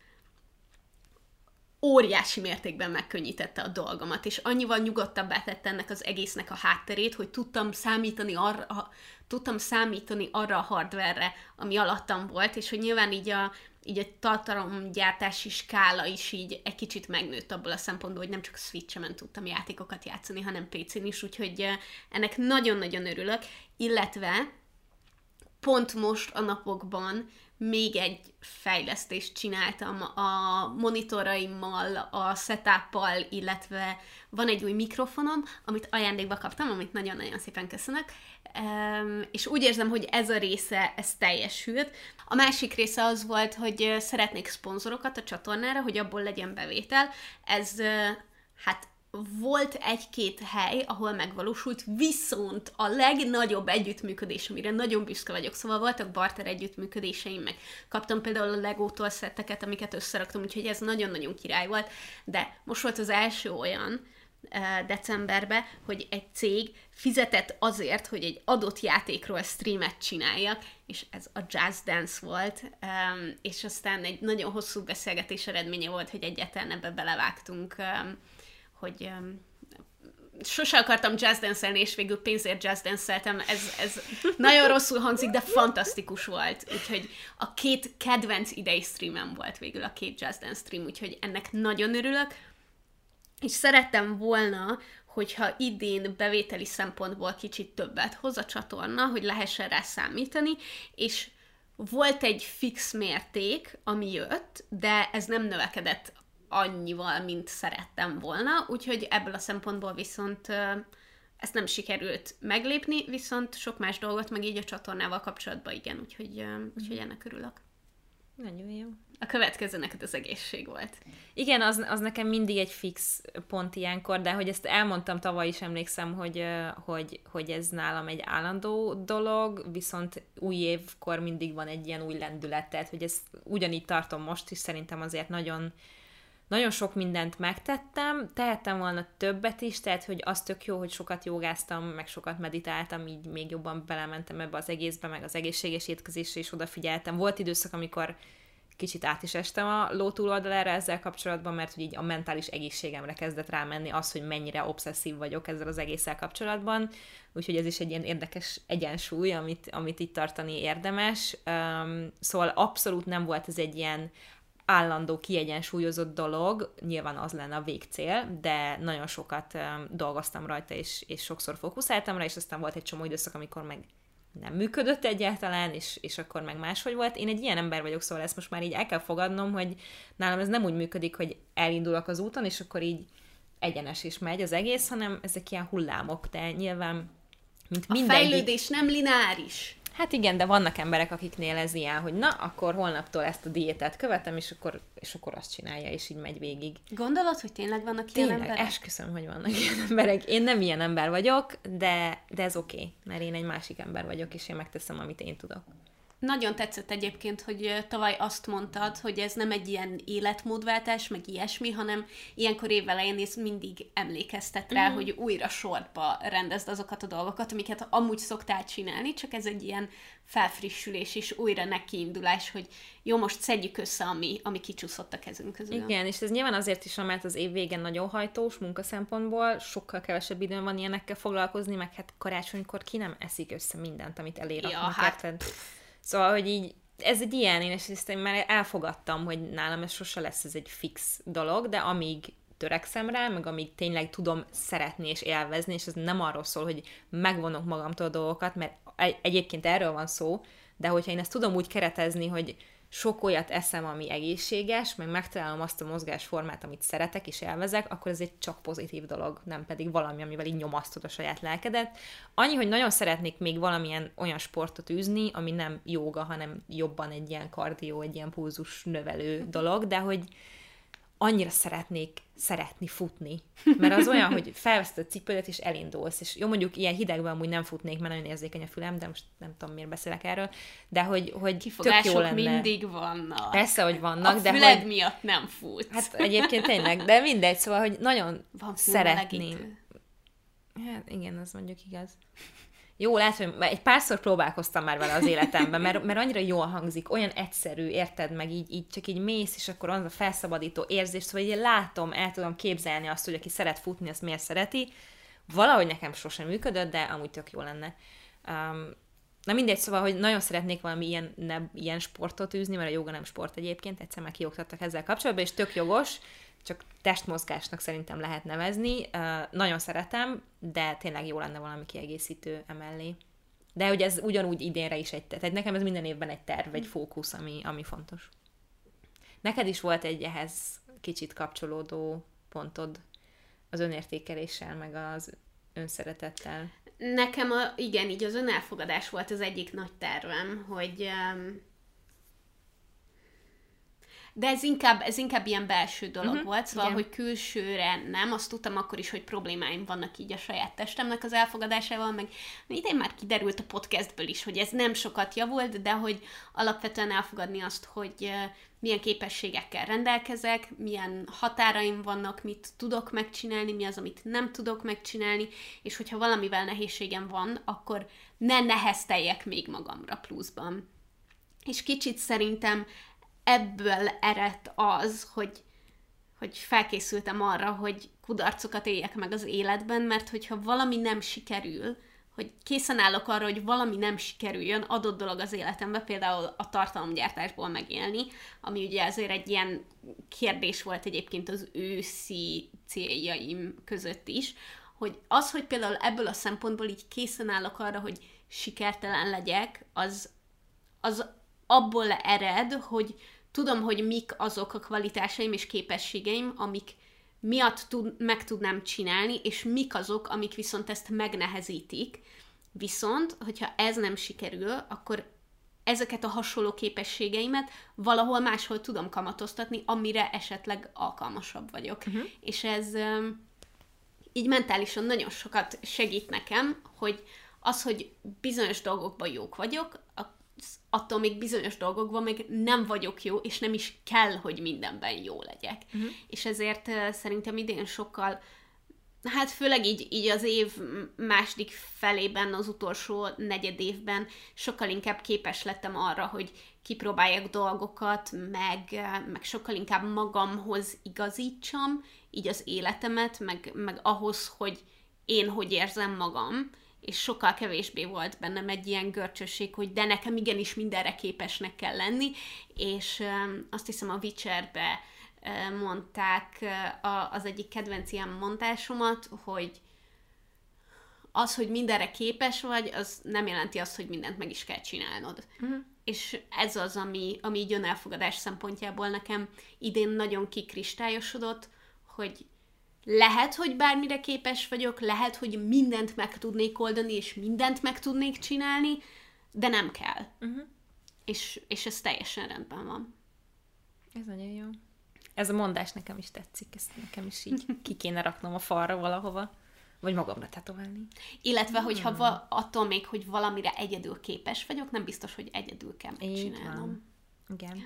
Speaker 2: óriási mértékben megkönnyítette a dolgomat, és annyival nyugodtabbá tette ennek az egésznek a hátterét, hogy tudtam számítani arra a hardware-re, ami alattam volt, és hogy nyilván így a tartalomgyártási skála is így egy kicsit megnőtt abból a szempontból, hogy nem csak a Switch-en tudtam játékokat játszani, hanem PC-n is, úgyhogy ennek nagyon-nagyon örülök, illetve pont most a napokban még egy fejlesztést csináltam a monitoraimmal, a setuppal, illetve van egy új mikrofonom, amit ajándékba kaptam, amit nagyon-nagyon szépen köszönök, és úgy érzem, hogy ez a része, ez teljesült. A másik része az volt, hogy szeretnék szponzorokat a csatornára, hogy abból legyen bevétel. Ez volt egy-két hely, ahol megvalósult, viszont a legnagyobb együttműködés, amire nagyon büszke vagyok, szóval voltak barter együttműködéseim, meg kaptam például a Legótól szetteket, amiket összeraktam, úgyhogy ez nagyon-nagyon király volt, de most volt az első olyan decemberben, hogy egy cég fizetett azért, hogy egy adott játékról streamet csináljak, és ez a Jazz Dance volt, és aztán egy nagyon hosszú beszélgetés eredménye volt, hogy egyáltalán ebbe belevágtunk, sose akartam jazzdance-elni, és végül pénzért jazzdance-eltem. Ez nagyon rosszul hangzik, de fantasztikus volt. Úgyhogy a 2 kedvenc idei streamem volt végül, a 2 jazzdance stream, úgyhogy ennek nagyon örülök. És szerettem volna, hogyha idén bevételi szempontból kicsit többet hoz a csatorna, hogy lehessen rá számítani, és volt egy fix mérték, ami jött, de ez nem növekedett annyival, mint szerettem volna, úgyhogy ebből a szempontból viszont ezt nem sikerült meglépni, viszont sok más dolgot meg így a csatornával kapcsolatban igen, úgyhogy ennek örülök.
Speaker 1: Nagyon jó.
Speaker 2: A következő neked az egészség volt.
Speaker 1: Igen, az nekem mindig egy fix pont ilyenkor, de hogy ezt elmondtam tavaly is, emlékszem, hogy ez nálam egy állandó dolog, viszont új évkor mindig van egy ilyen új lendület, tehát hogy ezt ugyanígy tartom most is, szerintem azért nagyon, nagyon sok mindent megtettem, tehettem volna többet is, tehát hogy az tök jó, hogy sokat jogáztam, meg sokat meditáltam, így még jobban belementem ebbe az egészbe, meg az egészséges étkezésre is odafigyeltem. Volt időszak, amikor kicsit át is estem a ló túloldalára ezzel kapcsolatban, mert hogy így a mentális egészségemre kezdett rámenni az, hogy mennyire obszesszív vagyok ezzel az egésszel kapcsolatban, úgyhogy ez is egy ilyen érdekes egyensúly, amit itt tartani érdemes. Szóval abszolút nem volt ez egy ilyen állandó, kiegyensúlyozott dolog, nyilván az lenne a végcél, de nagyon sokat dolgoztam rajta, és sokszor fókuszáltam rá, és aztán volt egy csomó időszak, amikor meg nem működött egyáltalán, és akkor meg máshogy volt. Én egy ilyen ember vagyok, szóval ezt most már így el kell fogadnom, hogy nálam ez nem úgy működik, hogy elindulok az úton, és akkor így egyenes is megy az egész, hanem ezek ilyen hullámok, de nyilván mint
Speaker 2: mindegyik. A fejlődés nem lineáris.
Speaker 1: Hát igen, de vannak emberek, akiknél ez ilyen, hogy na, akkor holnaptól ezt a diétát követem, és akkor azt csinálja, és így megy végig.
Speaker 2: Gondolod, hogy tényleg vannak ilyen emberek?
Speaker 1: Esküszöm, hogy vannak ilyen emberek. Én nem ilyen ember vagyok, de ez oké, mert én egy másik ember vagyok, és én megteszem, amit én tudok.
Speaker 2: Nagyon tetszett egyébként, hogy tavaly azt mondtad, hogy ez nem egy ilyen életmódváltás, meg ilyesmi, hanem ilyenkor évelején ez mindig emlékeztet rá, hogy újra sorba rendezd azokat a dolgokat, amiket amúgy szoktál csinálni, csak ez egy ilyen felfrissülés és újra nekiindulás, hogy jó, most szedjük össze, ami kicsúszott a kezünk közül.
Speaker 1: Igen, és ez nyilván azért is, mert az év végén nagyon hajtós munka szempontból, sokkal kevesebb időn van ilyenekkel foglalkozni, meg hát karácsonykor ki nem eszik össze mindent, amit eléraknak.
Speaker 2: Ja, hát...
Speaker 1: Szóval, hogy így, ez egy ilyen, én már elfogadtam, hogy nálam ez sose lesz ez egy fix dolog, de amíg törekszem rá, meg amíg tényleg tudom szeretni és élvezni, és ez nem arról szól, hogy megvonok magamtól a dolgokat, mert egyébként erről van szó, de hogyha én ezt tudom úgy keretezni, hogy sok olyat eszem, ami egészséges, meg megtalálom azt a mozgásformát, amit szeretek és élvezek, akkor ez egy csak pozitív dolog, nem pedig valami, amivel így nyomasztod a saját lelkedet. Annyi, hogy nagyon szeretnék még valamilyen olyan sportot űzni, ami nem jóga, hanem jobban egy ilyen kardió, egy ilyen pulzus növelő dolog, de hogy annyira szeretni futni. Mert az olyan, hogy felveszed a cipődet és elindulsz. És jó, mondjuk ilyen hidegben amúgy nem futnék, mert nagyon érzékeny a fülem, de most nem tudom, miért beszélek erről. De hogy tök jó lenne.
Speaker 2: Mindig vannak.
Speaker 1: Persze, hogy vannak.
Speaker 2: A füled miatt nem futsz.
Speaker 1: Hát egyébként tényleg, de mindegy, szóval, hogy nagyon szeretni. Hát igen, az mondjuk igaz. Jó, lehet, hogy egy párszor próbálkoztam már vele az életemben, mert annyira jól hangzik, olyan egyszerű, érted, meg így csak így mész, és akkor az a felszabadító érzés, szóval így látom, el tudom képzelni azt, hogy aki szeret futni, azt miért szereti. Valahogy nekem sosem működött, de amúgy tök jó lenne. Na mindegy, szóval, hogy nagyon szeretnék valami ilyen sportot űzni, mert a jóga nem sport egyébként, egyszer már kioktattak ezzel kapcsolatban, és tök jogos, csak testmozgásnak szerintem lehet nevezni. Nagyon szeretem, de tényleg jó lenne valami kiegészítő emellé. De hogy ez ugyanúgy idénre is tehát nekem ez minden évben egy terv, egy fókusz, ami fontos. Neked is volt egy ehhez kicsit kapcsolódó pontod az önértékeléssel, meg az önszeretettel.
Speaker 2: Nekem igen, így az önelfogadás volt az egyik nagy tervem, hogy... De ez inkább ilyen belső dolog volt, szóval, igen. Hogy külsőre nem, azt tudtam akkor is, hogy problémáim vannak így a saját testemnek az elfogadásával, meg idén már kiderült a podcastből is, hogy ez nem sokat javult, de hogy alapvetően elfogadni azt, hogy milyen képességekkel rendelkezek, milyen határaim vannak, mit tudok megcsinálni, mi az, amit nem tudok megcsinálni, és hogyha valamivel nehézségem van, akkor ne nehezteljek még magamra pluszban. És kicsit szerintem ebből eredt az, hogy felkészültem arra, hogy kudarcokat éljek meg az életben, mert hogyha valami nem sikerül, hogy készen állok arra, hogy valami nem sikerüljön adott dolog az életembe, például a tartalomgyártásból megélni, ami ugye azért egy ilyen kérdés volt egyébként az őszi céljaim között is, hogy az, hogy például ebből a szempontból így készen állok arra, hogy sikertelen legyek, az abból ered, hogy tudom, hogy mik azok a kvalitásaim és képességeim, amik miatt meg tudnám csinálni, és mik azok, amik viszont ezt megnehezítik. Viszont, hogyha ez nem sikerül, akkor ezeket a hasonló képességeimet valahol máshol tudom kamatoztatni, amire esetleg alkalmasabb vagyok. És ez így mentálisan nagyon sokat segít nekem, hogy az, hogy bizonyos dolgokban jók vagyok, attól még bizonyos dolgokban még nem vagyok jó, és nem is kell, hogy mindenben jó legyek. És ezért szerintem idén sokkal, hát főleg így az év második felében, az utolsó negyedévben sokkal inkább képes lettem arra, hogy kipróbáljak dolgokat, meg sokkal inkább magamhoz igazítsam, így az életemet, meg ahhoz, hogy én hogy érzem magam, és sokkal kevésbé volt bennem egy ilyen görcsösség, hogy de nekem igenis mindenre képesnek kell lenni, és azt hiszem a Witcherbe mondták az egyik kedvenc ilyen mondásomat, hogy az, hogy mindenre képes vagy, az nem jelenti azt, hogy mindent meg is kell csinálnod. És ez az, ami így önelfogadás szempontjából nekem idén nagyon kikristályosodott, hogy lehet, hogy bármire képes vagyok, lehet, hogy mindent meg tudnék oldani, és mindent meg tudnék csinálni, de nem kell. És ez teljesen rendben van.
Speaker 1: Ez nagyon jó. Ez a mondás nekem is tetszik, ezt nekem is így ki kéne raknom a falra valahova, vagy magamra tetoválni.
Speaker 2: Illetve, hogyha attól még, hogy valamire egyedül képes vagyok, nem biztos, hogy egyedül kell megcsinálnom.
Speaker 1: Igen.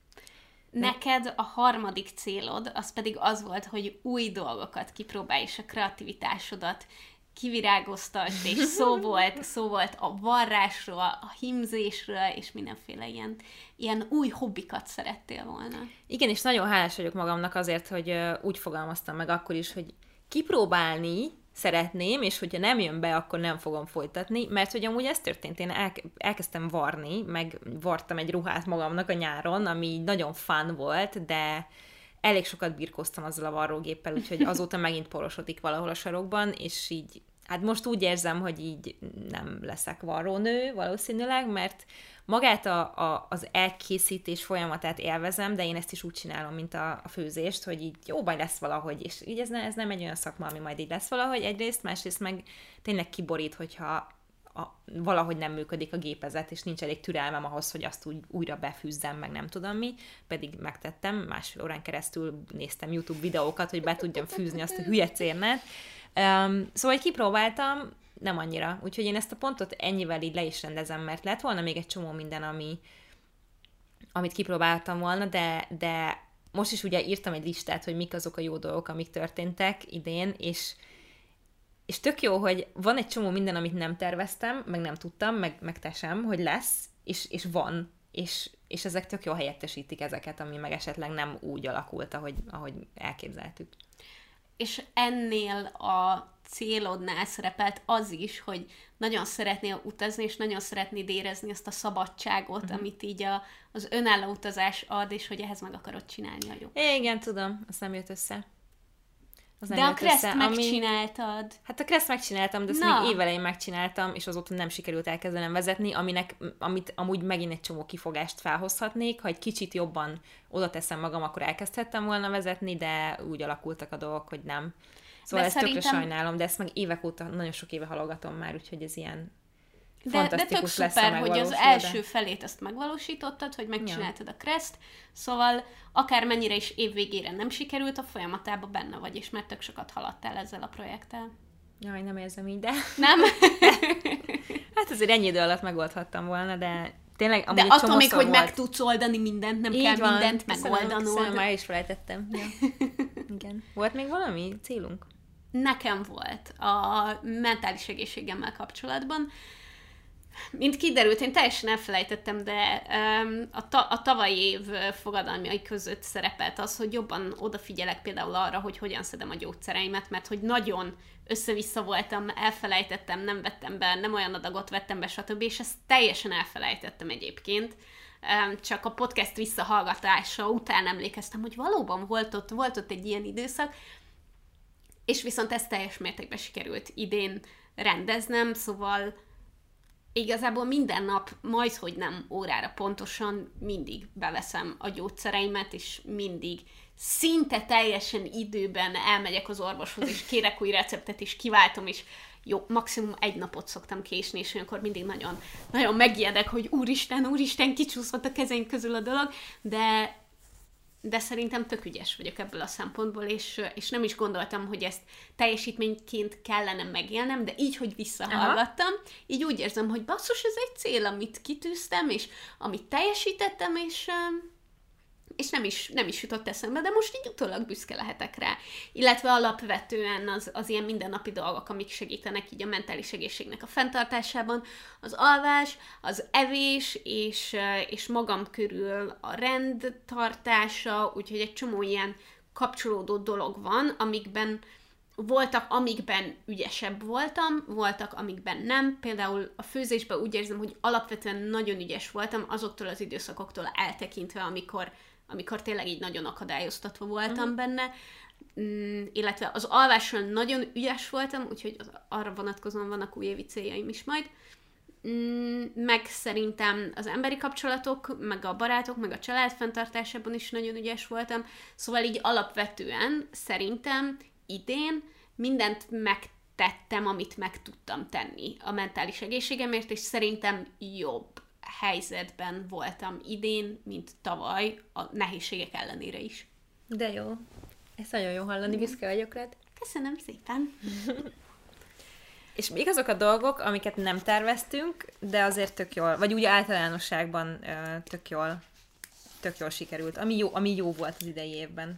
Speaker 2: Neked a harmadik célod, az pedig az volt, hogy új dolgokat kipróbálj, és a kreativitásodat kivirágoztasd, és szó volt a varrásról, a hímzésről, és mindenféle ilyen új hobbikat szerettél volna.
Speaker 1: Igen, és nagyon hálás vagyok magamnak azért, hogy úgy fogalmaztam meg akkor is, hogy kipróbálni szeretném, és hogyha nem jön be, akkor nem fogom folytatni, mert hogy amúgy ez történt, én elkezdtem varni, meg vartam egy ruhát magamnak a nyáron, ami nagyon fun volt, de elég sokat birkóztam azzal a varrógéppel, úgyhogy azóta megint porosodik valahol a sarokban, és így, hát most úgy érzem, hogy így nem leszek varrónő valószínűleg, mert magát az elkészítés folyamatát élvezem, de én ezt is úgy csinálom, mint a főzést, hogy így jó baj lesz valahogy, és így ez nem egy olyan szakma, ami majd így lesz valahogy egyrészt, másrészt meg tényleg kiborít, hogyha valahogy nem működik a gépezet, és nincs elég türelmem ahhoz, hogy azt úgy újra befűzzem, meg nem tudom mi, pedig megtettem, másfél órán keresztül néztem YouTube videókat, hogy be tudjam fűzni azt a hülye cérnet. Szóval kipróbáltam, nem annyira. Úgyhogy én ezt a pontot ennyivel így le is rendezem, mert lett volna még egy csomó minden, amit kipróbáltam volna, de most is ugye írtam egy listát, hogy mik azok a jó dolgok, amik történtek idén, és tök jó, hogy van egy csomó minden, amit nem terveztem, meg nem tudtam, meg te sem, hogy lesz, és van, és ezek tök jó helyettesítik ezeket, ami meg esetleg nem úgy alakult, ahogy elképzeltük.
Speaker 2: És ennél a célodnál szerepelt az is, hogy nagyon szeretnél utazni, és nagyon szeretnéd érezni azt a szabadságot, amit így az önálló utazás ad, és hogy ehhez meg akarod csinálni a jobb.
Speaker 1: Igen, tudom, azt nem jött össze.
Speaker 2: De a Kreszt megcsináltad.
Speaker 1: Hát a Kreszt megcsináltam, de ezt még évelején megcsináltam, és azóta nem sikerült elkezdenem vezetni, amit amúgy megint egy csomó kifogást felhozhatnék, ha egy kicsit jobban oda teszem magam, akkor elkezdhettem volna vezetni, de úgy alakultak a dolgok, hogy nem. Szóval ezt tökre sajnálom, de ezt meg évek óta, nagyon sok éve hallgatom már, úgyhogy ez ilyen fantasztikus lesz,
Speaker 2: de tök szuper, hogy az első felét ezt megvalósítottad, hogy megcsináltad a Kreszt, szóval akármennyire is évvégére nem sikerült, a folyamatában benne vagy, és már tök sokat haladtál ezzel a projekttel.
Speaker 1: Jaj, nem érzem így, de...
Speaker 2: Nem?
Speaker 1: Hát azért ennyi idő alatt megoldhattam volna, de tényleg...
Speaker 2: De attól még, hogy meg tudsz oldani mindent, nem
Speaker 1: így
Speaker 2: kell
Speaker 1: van,
Speaker 2: mindent megoldanod.
Speaker 1: Köszönöm, már is felejtettem. Ja. Igen. Volt még valami célunk?
Speaker 2: Nekem volt a mentális egészségemmel kapcsolatban. Mint kiderült, én teljesen elfelejtettem, de a tavalyi év fogadalmai között szerepelt az, hogy jobban odafigyelek például arra, hogy hogyan szedem a gyógyszereimet, mert hogy nagyon össze-vissza voltam, elfelejtettem, nem vettem be, nem olyan adagot vettem be, stb. És ezt teljesen elfelejtettem egyébként. Csak a podcast visszahallgatása után emlékeztem, hogy valóban volt ott egy ilyen időszak, és viszont ezt teljes mértékben sikerült idén rendeznem, szóval igazából minden nap, majdhogy nem órára pontosan mindig beveszem a gyógyszereimet, és mindig szinte teljesen időben elmegyek az orvoshoz, és kérek új receptet, és kiváltom, és jó, maximum egy napot szoktam késni, és olyankor mindig nagyon, nagyon megijedek, hogy úristen, kicsúszott a kezeim közül a dolog, de szerintem tök ügyes vagyok ebből a szempontból, és nem is gondoltam, hogy ezt teljesítményként kellene megélnem, de így, hogy visszahallgattam, így úgy érzem, hogy basszus, ez egy cél, amit kitűztem, és amit teljesítettem, és nem is jutott eszembe, de most így utólag büszke lehetek rá. Illetve alapvetően az ilyen mindennapi dolgok, amik segítenek így a mentális egészségnek a fenntartásában, az alvás, az evés, és magam körül a rendtartása, úgyhogy egy csomó ilyen kapcsolódó dolog van, amikben ügyesebb voltak, amikben nem. Például a főzésben úgy érzem, hogy alapvetően nagyon ügyes voltam azoktól az időszakoktól eltekintve, amikor tényleg így nagyon akadályoztatva voltam benne, illetve az alvással nagyon ügyes voltam, úgyhogy arra vonatkozóan vannak újévi céljaim is majd. Meg szerintem az emberi kapcsolatok, meg a barátok, meg a család fenntartásában is nagyon ügyes voltam. Szóval így alapvetően szerintem idén mindent megtettem, amit meg tudtam tenni a mentális egészségemért, és szerintem jobb helyzetben voltam idén, mint tavaly, a nehézségek ellenére is.
Speaker 1: De jó. Ez nagyon jó hallani, büszke vagyok rád.
Speaker 2: Köszönöm szépen!
Speaker 1: És még azok a dolgok, amiket nem terveztünk, de azért tök jól, vagy úgy általánosságban tök jól sikerült, ami jó volt az idei évben.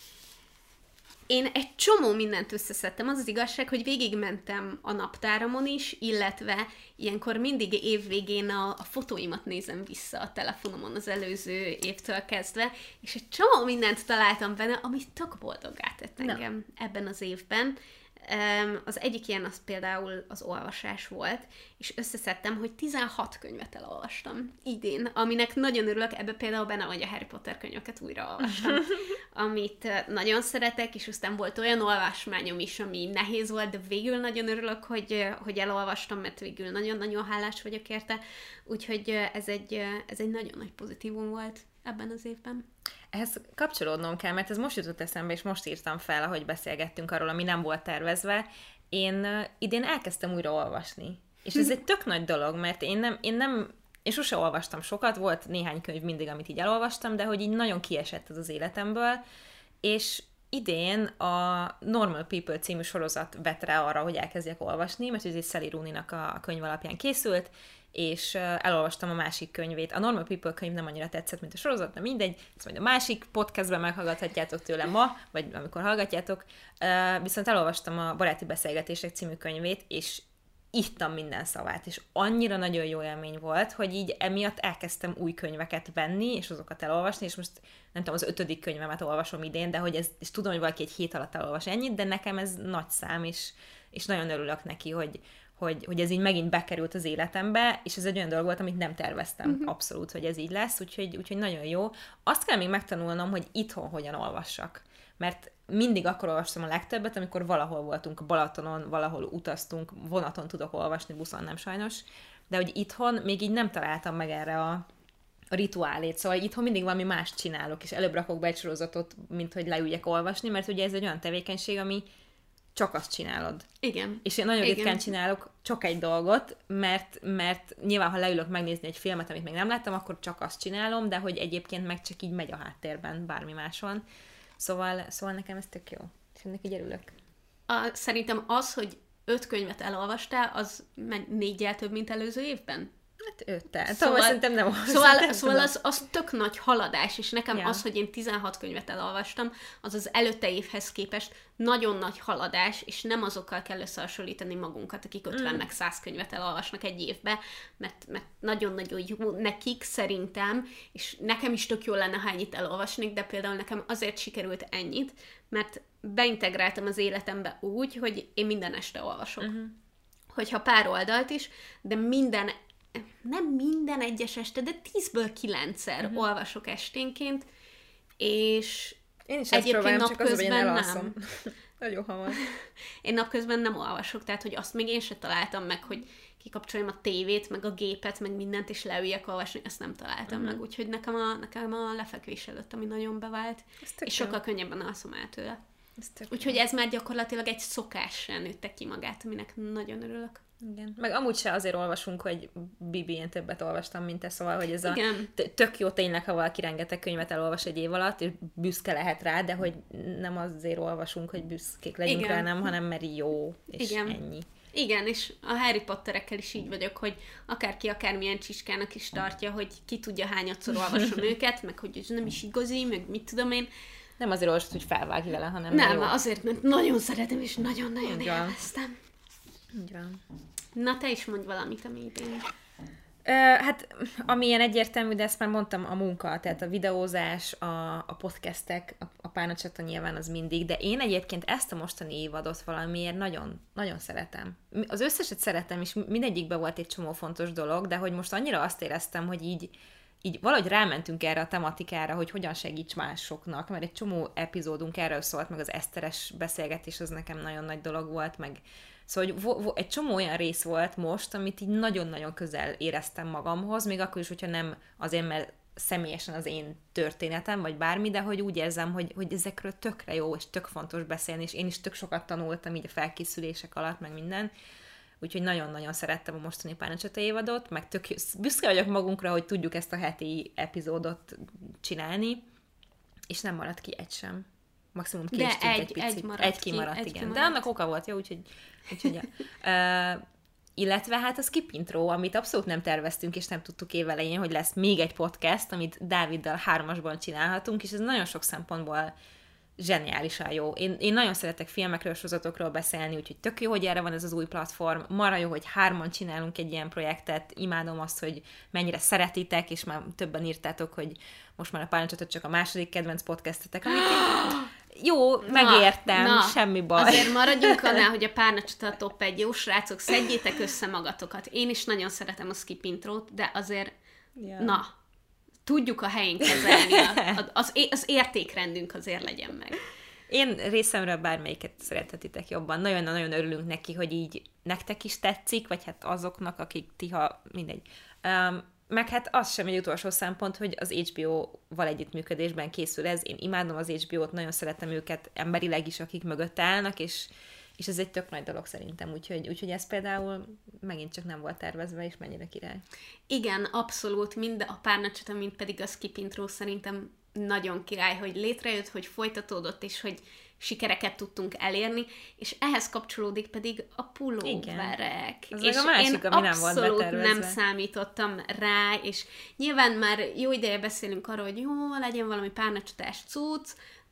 Speaker 2: Én egy csomó mindent összeszedtem. Az igazság, hogy végigmentem a naptáramon is, illetve ilyenkor mindig évvégén a fotóimat nézem vissza a telefonomon az előző évtől kezdve, és egy csomó mindent találtam benne, ami tök boldoggá tett engem ebben az évben. Az egyik ilyen az például az olvasás volt, és összeszedtem, hogy 16 könyvet elolvastam idén, aminek nagyon örülök, ebbe például benne vagy a Harry Potter könyveket újra olvastam, amit nagyon szeretek, és aztán volt olyan olvasmányom is, ami nehéz volt, de végül nagyon örülök, hogy elolvastam, mert végül nagyon-nagyon hálás vagyok érte, úgyhogy ez egy nagyon nagy pozitívum volt ebben az évben.
Speaker 1: Ehhez kapcsolódnom kell, mert ez most jutott eszembe, és most írtam fel, ahogy beszélgettünk arról, ami nem volt tervezve. Én idén elkezdtem újra olvasni. És ez egy tök nagy dolog, mert én sose olvastam sokat, volt néhány könyv mindig, amit így elolvastam, de hogy így nagyon kiesett az életemből, és idén a Normal People című sorozat vett rá arra, hogy elkezdjek olvasni, mert ez egy Sally Rooney-nak a könyv alapján készült, és elolvastam a másik könyvét. A Normal People könyv nem annyira tetszett, mint a sorozat, de mindegy, ezt majd a másik podcastben meghallgathatjátok tőle ma, vagy amikor hallgatjátok. Viszont elolvastam a Baráti Beszélgetések című könyvét, és ittam minden szavát, és annyira nagyon jó élmény volt, hogy így emiatt elkezdtem új könyveket venni, és azokat elolvasni, és most nem tudom, az 5. könyvemet olvasom idén, de hogy és tudom, hogy valaki egy hét alatt elolvas ennyit, de nekem ez nagy szám, és nagyon örülök neki, hogy ez így megint bekerült az életembe, és ez egy olyan dolog volt, amit nem terveztem abszolút, hogy ez így lesz, úgyhogy nagyon jó. Azt kell még megtanulnom, hogy itthon hogyan olvassak, mert mindig akkor olvastam a legtöbbet, amikor valahol voltunk Balatonon, valahol utaztunk, vonaton tudok olvasni, buszon nem sajnos, de hogy itthon még így nem találtam meg erre a rituálét, szóval itthon mindig valami mást csinálok, és előbb rakok be egy sorozatot, mint hogy leüljek olvasni, mert ugye ez egy olyan tevékenység, ami csak azt csinálod.
Speaker 2: Igen.
Speaker 1: És én nagyon ritkán csinálok csak egy dolgot, mert nyilván, ha leülök megnézni egy filmet, amit még nem láttam, akkor csak azt csinálom, de hogy egyébként meg csak így megy a háttérben, bármi más van. Szóval nekem ez tök jó. És ennek így örülök.
Speaker 2: Szerintem az, hogy 5 könyvet elolvastál, az 4-jel több, mint előző évben?
Speaker 1: 5 Szóval szerintem nem
Speaker 2: Szóval az tök nagy haladás, és nekem az, hogy én 16 könyvet elolvastam, az előtte évhez képest nagyon nagy haladás, és nem azokkal kell összehasonlítani magunkat, akik 50 meg 100 könyvet elolvasnak egy évbe, mert nagyon-nagyon jó nekik szerintem, és nekem is tök jó lenne, ha ennyit elolvasnék, de például nekem azért sikerült ennyit, mert beintegráltam az életembe úgy, hogy én minden este olvasok. Hogyha pár oldalt is, de nem minden egyes este, de 10-ből 9-szer olvasok esténként, és
Speaker 1: én is ezt próbálom, napközben
Speaker 2: nem.
Speaker 1: Nagyon hamar.
Speaker 2: Én napközben nem olvasok, tehát hogy azt még én se találtam meg, hogy kikapcsoljam a tévét, meg a gépet, meg mindent, és leüljek olvasni, ezt nem találtam meg. Úgyhogy nekem a lefekvés előtt, ami nagyon bevált, és sokkal könnyebben alszom el tőle. Úgyhogy ez már gyakorlatilag egy szokással nőtte ki magát, aminek nagyon örülök.
Speaker 1: Igen. Meg amúgy se azért olvasunk, hogy Bibi, én többet olvastam, mint te, szóval, hogy ez tök jó tényleg, ha valaki rengeteg könyvet elolvas egy év alatt, és büszke lehet rá, de hogy nem azért olvasunk, hogy büszkék legyünk rá, nem, hanem mert jó, és ennyi.
Speaker 2: Igen, és a Harry Potterekkel is így vagyok, hogy akárki akármilyen csiskának is tartja, hogy ki tudja hányadszor olvasom őket, meg hogy ez nem is igazi, meg mit tudom én.
Speaker 1: Nem azért olvasod, hogy felvágj vele, hanem
Speaker 2: nem, azért, mert nagyon szeretem, és nagyon-nagyon élveztem.
Speaker 1: Így van.
Speaker 2: Na, te is mondj valamit, ami idén.
Speaker 1: Hát, ami ilyen egyértelmű, de ezt már mondtam, a munka, tehát a videózás, a podcastek, a párnacsata nyilván az mindig, de én egyébként ezt a mostani évadot valamiért nagyon, nagyon szeretem. Az összeset szeretem, és mindegyikben volt egy csomó fontos dolog, de hogy most annyira azt éreztem, hogy így valahogy rámentünk erre a tematikára, hogy hogyan segíts másoknak, mert egy csomó epizódunk erről szólt, meg az eszteres beszélgetés, az nekem nagyon nagy dolog volt, meg szóval egy csomó olyan rész volt most, amit így nagyon-nagyon közel éreztem magamhoz, még akkor is, hogyha nem azért, mert személyesen az én történetem, vagy bármi, de hogy úgy érzem, hogy ezekről tökre jó, és tök fontos beszélni, és én is tök sokat tanultam így a felkészülések alatt, meg minden. Úgyhogy nagyon-nagyon szerettem a mostani Párnacsata évadot, meg tök büszke vagyok magunkra, hogy tudjuk ezt a heti epizódot csinálni, és nem maradt ki egy sem. Maximum késtünk egy picit. Egy kimaradt, igen. De annak oka volt, jó, úgyhogy illetve hát a skip intro, amit abszolút nem terveztünk, és nem tudtuk évelején, hogy lesz még egy podcast, amit Dáviddal 3-asban csinálhatunk, és ez nagyon sok szempontból zseniálisan jó. Én nagyon szeretek filmekről, sorozatokról beszélni, úgyhogy tök jó, hogy erre van ez az új platform. Marha jó, hogy 3-an csinálunk egy ilyen projektet. Imádom azt, hogy mennyire szeretitek, és már többen írtátok, hogy most már a Párnacsatot csak a második kedvenc podcastetek, amit jó, megértem, semmi baj.
Speaker 2: Azért maradjunk annál, hogy a Párnacsata a top 1. Jó srácok, szedjétek össze magatokat. Én is nagyon szeretem a skip intrót, de azért, tudjuk a helyén kezelni. Az értékrendünk azért legyen meg.
Speaker 1: Én részemről bármelyiket szerethetitek jobban. Nagyon-nagyon örülünk neki, hogy így nektek is tetszik, vagy hát azoknak, akik mindegy. Meg hát az sem egy utolsó szempont, hogy az HBO-val együttműködésben készül ez. Én imádom az HBO-t, nagyon szeretem őket emberileg is, akik mögött állnak, és ez egy tök nagy dolog szerintem, úgyhogy ez például megint csak nem volt tervezve, és mennyire király.
Speaker 2: Igen, abszolút, mind a Párnacsata, mind pedig a skip intro szerintem nagyon király, hogy létrejött, hogy folytatódott, és hogy sikereket tudtunk elérni, és ehhez kapcsolódik pedig a pulóverek.
Speaker 1: És a másik, ami nem volt betervezve.
Speaker 2: Nem számítottam rá, és nyilván már jó ideje beszélünk arról, hogy jó, legyen valami párnacsatás cucc,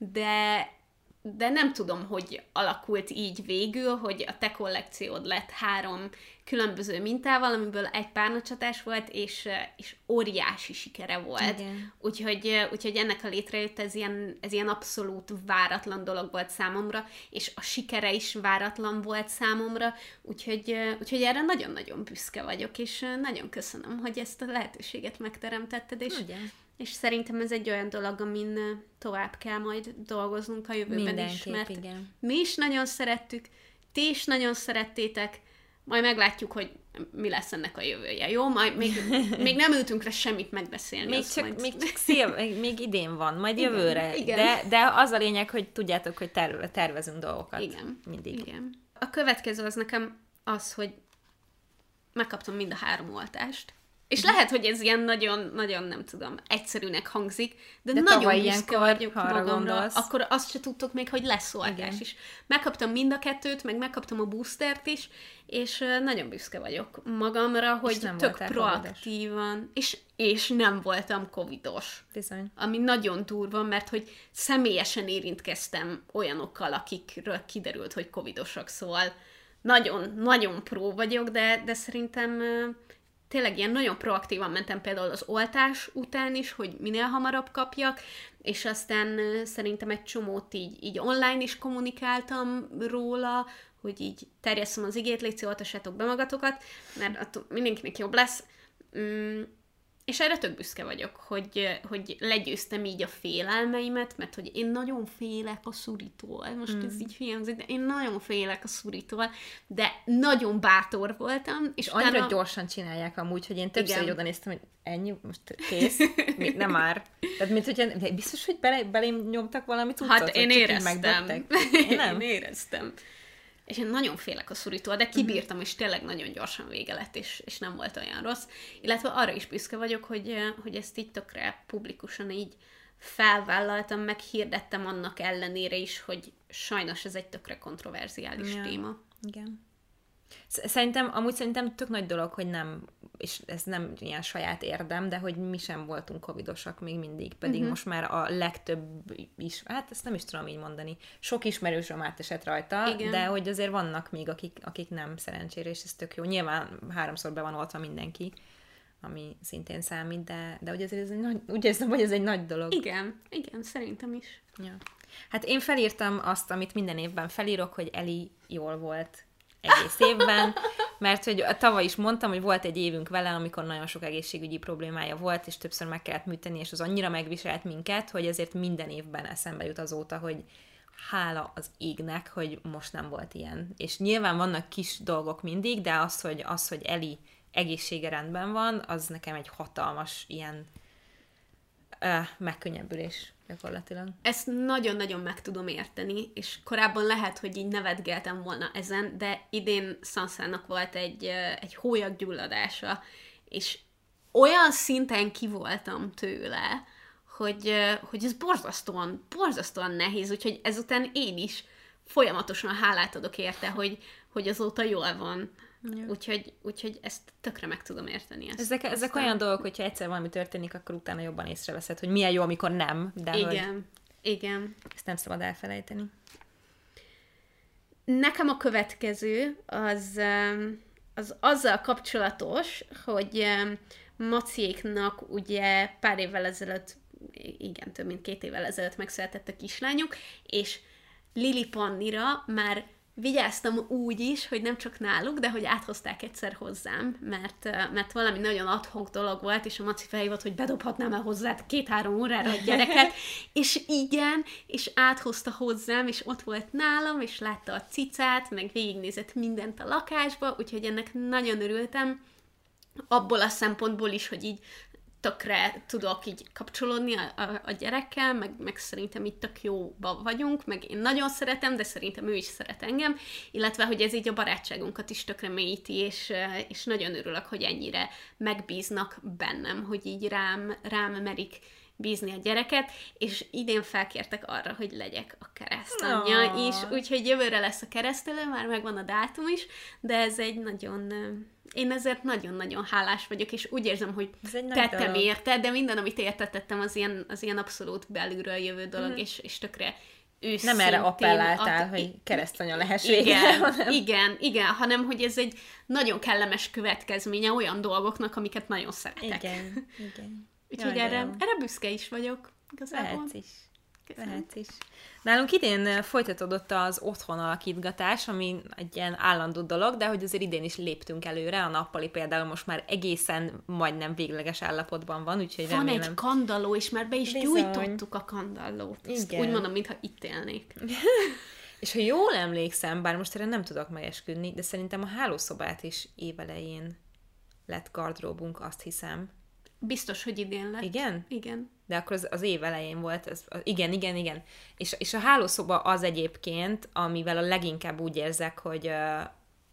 Speaker 2: de nem tudom, hogy alakult így végül, hogy a te kollekciód lett 3 különböző mintával, amiből egy párnacsatás volt, és óriási sikere volt. Úgyhogy ennek a létrejött, ez ilyen abszolút váratlan dolog volt számomra, és a sikere is váratlan volt számomra, úgyhogy erre nagyon-nagyon büszke vagyok, és nagyon köszönöm, hogy ezt a lehetőséget megteremtetted, és szerintem ez egy olyan dolog, amin tovább kell majd dolgoznunk a jövőben
Speaker 1: mindenképp,
Speaker 2: is, mert
Speaker 1: igen.
Speaker 2: Mi is nagyon szerettük, ti is nagyon szerettétek, majd meglátjuk, hogy mi lesz ennek a jövője, jó? Majd még nem ültünk le semmit megbeszélni.
Speaker 1: Még idén van, majd jövőre. Igen. De az a lényeg, hogy tudjátok, hogy tervezünk dolgokat.
Speaker 2: Igen.
Speaker 1: Mindig.
Speaker 2: Igen. A következő az nekem az, hogy megkaptam mind a 3 oltást. És lehet, hogy ez ilyen nagyon, nem tudom, egyszerűnek hangzik, de
Speaker 1: tavaly
Speaker 2: nagyon büszke
Speaker 1: ilyenkor,
Speaker 2: vagyok
Speaker 1: ha arra
Speaker 2: magamra,
Speaker 1: gondolsz.
Speaker 2: akkor azt se tudtok még, hogy lesz oltás is. Megkaptam mind a kettőt, meg megkaptam a boostert is, és nagyon büszke vagyok magamra, hogy
Speaker 1: nem
Speaker 2: tök
Speaker 1: voltál
Speaker 2: proaktívan, és nem voltam covidos.
Speaker 1: Bizony.
Speaker 2: Ami nagyon durva, mert hogy személyesen érintkeztem olyanokkal, akikről kiderült, hogy covidosak, szóval nagyon pró vagyok, de szerintem tényleg ilyen nagyon proaktívan mentem például az oltás után is, hogy minél hamarabb kapjak, és aztán szerintem egy csomót így online is kommunikáltam róla, hogy így terjesszem az igét, légy oltassátok be magatokat, mert attól mindenkinek jobb lesz. És erre tök büszke vagyok, hogy legyőztem így a félelmeimet, mert hogy én nagyon félek a szuritól. Most ez így hangzik, de én nagyon félek a szuritól, de nagyon bátor voltam. És
Speaker 1: annyira
Speaker 2: utána...
Speaker 1: gyorsan csinálják amúgy, hogy én többször így oda néztem, hogy ennyi, most kész, még nem már. Tehát, mint hogyha biztos, hogy belém nyomtak valamit cuccot?
Speaker 2: Hát én éreztem.
Speaker 1: Nem?
Speaker 2: Én éreztem. És én nagyon félek a szuritól, de kibírtam, és tényleg nagyon gyorsan vége lett, és nem volt olyan rossz. Illetve arra is büszke vagyok, hogy ezt így tökre publikusan így felvállaltam, meg hirdettem annak ellenére is, hogy sajnos ez egy tökre kontroverziális téma.
Speaker 1: Igen. Szerintem tök nagy dolog, hogy nem, és ez nem ilyen saját érdem, de hogy mi sem voltunk covidosak még mindig, pedig most már a legtöbb is, hát ezt nem is tudom így mondani, sok ismerősöm átesett rajta, igen. De hogy azért vannak még, akik nem szerencsére, és ez tök jó. Nyilván 3-szor be van oltva mindenki, ami szintén számít, de hogy azért ez egy nagy, úgy érzem, hogy ez egy nagy dolog.
Speaker 2: Igen, szerintem is.
Speaker 1: Ja. Hát én felírtam azt, amit minden évben felírok, hogy Eli jól volt egész évben, mert hogy tavaly is mondtam, hogy volt egy évünk vele, amikor nagyon sok egészségügyi problémája volt, és többször meg kellett műteni, és az annyira megviselt minket, hogy ezért minden évben eszembe jut azóta, hogy hála az égnek, hogy most nem volt ilyen. És nyilván vannak kis dolgok mindig, de az, hogy Eli egészsége rendben van, az nekem egy hatalmas ilyen megkönnyebbülés gyakorlatilag.
Speaker 2: Ezt nagyon-nagyon meg tudom érteni, és korábban lehet, hogy így nevetgeltem volna ezen, de idén Sansának volt egy hólyaggyulladása, és olyan szinten kivoltam tőle, hogy ez borzasztóan nehéz, úgyhogy ezután én is folyamatosan hálát adok érte, hogy azóta jól van. Ja. Úgyhogy ezt tökre meg tudom érteni.
Speaker 1: Ezek olyan dolgok, hogyha egyszer valami történik, akkor utána jobban észreveszed, hogy milyen jó, amikor nem. De
Speaker 2: igen.
Speaker 1: Ezt nem szabad elfelejteni.
Speaker 2: Nekem a következő az azzal kapcsolatos, hogy Maciéknak ugye pár évvel ezelőtt, igen, több mint 2 évvel ezelőtt megszületett a kislányuk, és Lili Pannira már vigyáztam úgy is, hogy nem csak náluk, de hogy áthozták egyszer hozzám, mert valami nagyon ad-hoc dolog volt, és a Maci felhívott, hogy bedobhatnám el hozzád 2-3 órára a gyereket, és igen, és áthozta hozzám, és ott volt nálam, és látta a cicát, meg végignézett mindent a lakásba, úgyhogy ennek nagyon örültem, abból a szempontból is, hogy így tökre tudok így kapcsolódni a gyerekkel, meg szerintem itt tök jóba vagyunk, meg én nagyon szeretem, de szerintem ő is szeret engem, illetve, hogy ez így a barátságunkat is tökre mélyíti, és nagyon örülök, hogy ennyire megbíznak bennem, hogy így rám merik bízni a gyereket, és idén felkértek arra, hogy legyek a keresztanyja is, úgyhogy jövőre lesz a keresztelő, már megvan a dátum is, de ez egy nagyon... Én ezért nagyon-nagyon hálás vagyok, és úgy érzem, hogy tettem érte, de minden, amit értettem, az ilyen abszolút belülről jövő dolog, és tökre őszintén...
Speaker 1: Nem erre appelláltál, hogy keresztanya lehess végre.
Speaker 2: Igen, hanem hogy ez egy nagyon kellemes következménye olyan dolgoknak, amiket nagyon szeretek.
Speaker 1: Igen.
Speaker 2: Úgyhogy erre büszke is vagyok. Igazából.
Speaker 1: Lehetsz is. Nálunk idén folytatódott az otthon alakítgatás, ami egy ilyen állandó dolog, de hogy azért idén is léptünk előre, a nappali például most már egészen majdnem végleges állapotban van, úgyhogy
Speaker 2: van
Speaker 1: remélem...
Speaker 2: egy kandalló, és már be is gyújtottuk a kandallót. Ezt úgy mondom, mintha itt élnék.
Speaker 1: És ha jól emlékszem, bár most erre nem tudok megesküdni, de szerintem a hálószobát is évelején lett gardróbunk, azt hiszem.
Speaker 2: Biztos, hogy idén lett.
Speaker 1: Igen?
Speaker 2: Igen.
Speaker 1: De akkor az év elején volt. Igen. És a hálószoba az egyébként, amivel a leginkább úgy érzek, hogy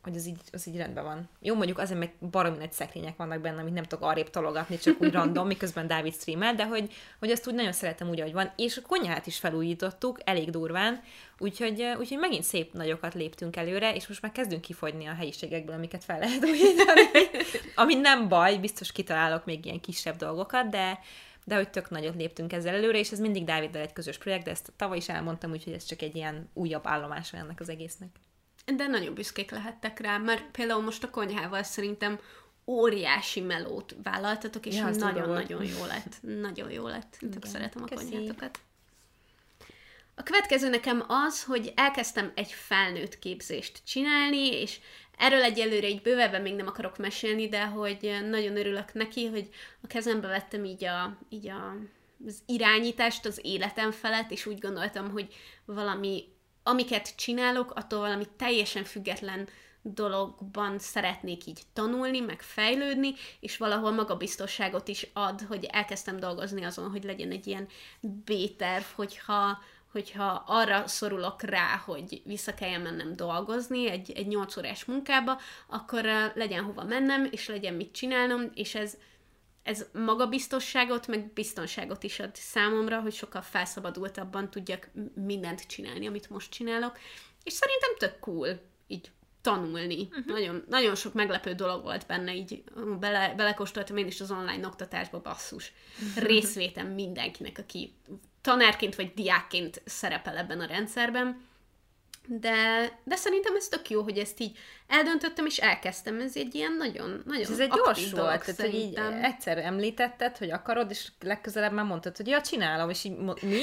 Speaker 1: az így rendben van. Jó, mondjuk azért meg baromi nagy szekrények vannak benne, amit nem tudok arrébb tologatni, csak úgy random, miközben Dávid streamel, de hogy azt úgy nagyon szeretem úgy, ahogy van. És a konyhát is felújítottuk, elég durván, úgyhogy megint szép nagyokat léptünk előre, és most már kezdünk kifogyni a helyiségekből, amiket fel lehet újítani. Ami nem baj, biztos kitalálok még ilyen kisebb dolgokat, de hogy tök nagyot léptünk ezzel előre, és ez mindig Dáviddal egy közös projekt, de ezt tavaly is elmondtam, úgyhogy ez csak egy ilyen újabb állomása ennek az egésznek.
Speaker 2: De nagyon büszkék lehettek rá, mert például most a konyhával szerintem óriási melót vállaltatok, és nagyon-nagyon jó lett. Nagyon jó lett. Tök szeretem a konyhátokat. A következő nekem az, hogy elkezdtem egy felnőtt képzést csinálni, és erről egyelőre így bővebben még nem akarok mesélni, de hogy nagyon örülök neki, hogy a kezembe vettem az irányítást az életem felett, és úgy gondoltam, hogy amiket csinálok, attól valami teljesen független dologban szeretnék így tanulni, meg fejlődni, és valahol magabiztosságot is ad, hogy elkezdtem dolgozni azon, hogy legyen egy ilyen B-terv, hogyha arra szorulok rá, hogy vissza kelljen mennem dolgozni egy 8 órás munkába, akkor legyen hova mennem, és legyen mit csinálnom, és ez magabiztosságot, meg biztonságot is ad számomra, hogy sokkal felszabadultabban tudjak mindent csinálni, amit most csinálok. És szerintem tök cool így tanulni. Nagyon, nagyon sok meglepő dolog volt benne, így belekóstoltam én is az online oktatásba, basszus. Részvétem mindenkinek, aki tanárként vagy diákként szerepel ebben a rendszerben. De szerintem ez tök jó, hogy ezt így eldöntöttem, és elkezdtem. Ez egy ilyen nagyon
Speaker 1: ez egy gyors volt, tehát hogy így egyszer említetted, hogy akarod, és legközelebb már mondtad, hogy ja, csinálom, és így mi?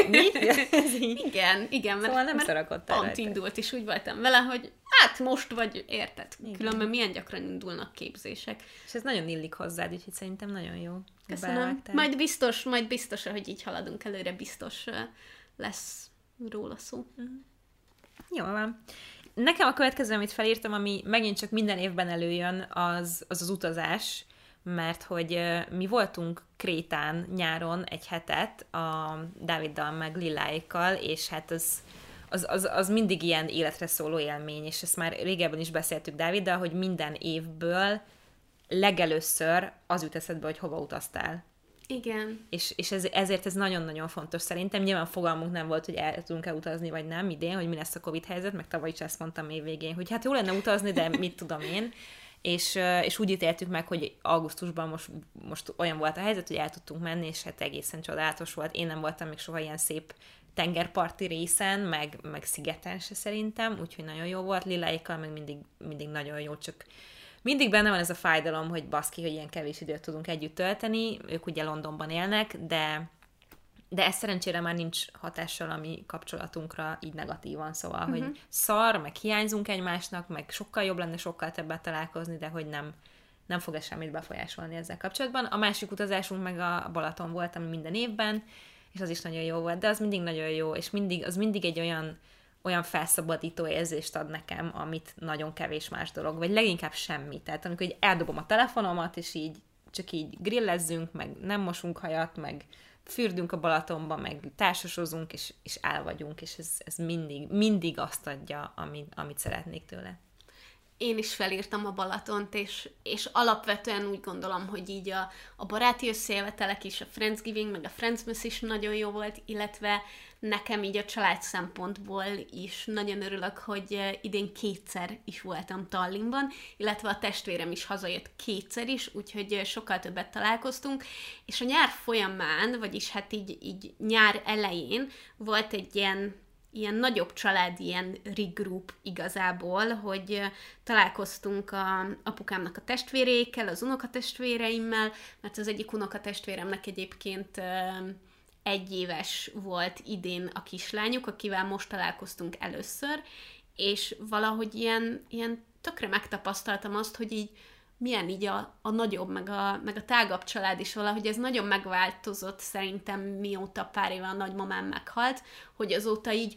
Speaker 2: Igen,
Speaker 1: szóval nem
Speaker 2: mert pont indult, és úgy voltam vele, hogy hát most vagy, érted? Igen. Különben milyen gyakran indulnak képzések.
Speaker 1: És ez nagyon illik hozzád, úgyhogy szerintem nagyon jó.
Speaker 2: Köszönöm. Majd biztos, hogy így haladunk előre, biztos lesz róla szó.
Speaker 1: Jó van. Nekem a következő, amit felírtam, ami megint csak minden évben előjön, az utazás, mert hogy mi voltunk Krétán nyáron egy hetet a Dáviddal meg Lilláékkal, és hát az mindig ilyen életre szóló élmény, és ezt már régebben is beszéltük Dáviddal, hogy minden évből legelőször az jut eszedbe, hogy hova utaztál.
Speaker 2: Igen.
Speaker 1: És ezért ez nagyon-nagyon fontos szerintem. Nyilván fogalmunk nem volt, hogy el tudunk-e utazni, vagy nem idén, hogy mi lesz a Covid helyzet, meg tavaly is ezt mondtam évvégén, hogy hát jó lenne utazni, de mit tudom én. És úgy ítéltük meg, hogy augusztusban most olyan volt a helyzet, hogy el tudtunk menni, és hát egészen csodálatos volt. Én nem voltam még soha ilyen szép tengerparti részen, meg szigeten se szerintem, úgyhogy nagyon jó volt. Lilláékkal meg mindig nagyon jó, csak mindig benne van ez a fájdalom, hogy baszki, hogy ilyen kevés időt tudunk együtt tölteni, ők ugye Londonban élnek, de ez szerencsére már nincs hatással a mi kapcsolatunkra így negatívan, szóval, hogy szar, meg hiányzunk egymásnak, meg sokkal jobb lenne sokkal többet találkozni, de hogy nem fog ez semmit befolyásolni ezzel kapcsolatban. A másik utazásunk meg a Balaton volt, ami minden évben, és az is nagyon jó volt, de az mindig nagyon jó, és az mindig egy olyan felszabadító érzést ad nekem, amit nagyon kevés más dolog, vagy leginkább semmi. Tehát amikor így eldobom a telefonomat, és így csak így grillezzünk, meg nem mosunk hajat, meg fürdünk a Balatonba, meg társasozunk, és el vagyunk, és ez mindig azt adja, amit szeretnék tőle.
Speaker 2: Én is felírtam a Balatont, és alapvetően úgy gondolom, hogy így a baráti összejövetelek is, a Friendsgiving, meg a Friendsmas is nagyon jó volt, illetve nekem így a család szempontból is nagyon örülök, hogy idén 2-szer is voltam Tallinnban, illetve a testvérem is hazajött 2-szer is, úgyhogy sokkal többet találkoztunk, és a nyár folyamán, vagyis hát így nyár elején volt egy ilyen nagyobb család, ilyen regroup igazából, hogy találkoztunk a apukámnak a testvérékkel, az unokatestvéreimmel, mert az egyik unokatestvéremnek egyébként 1 éves volt idén a kislányuk, akivel most találkoztunk először, és valahogy ilyen tökre megtapasztaltam azt, hogy így milyen így a nagyobb, meg a tágabb család is valahogy ez nagyon megváltozott szerintem, mióta pár éve a nagymamám meghalt, hogy azóta így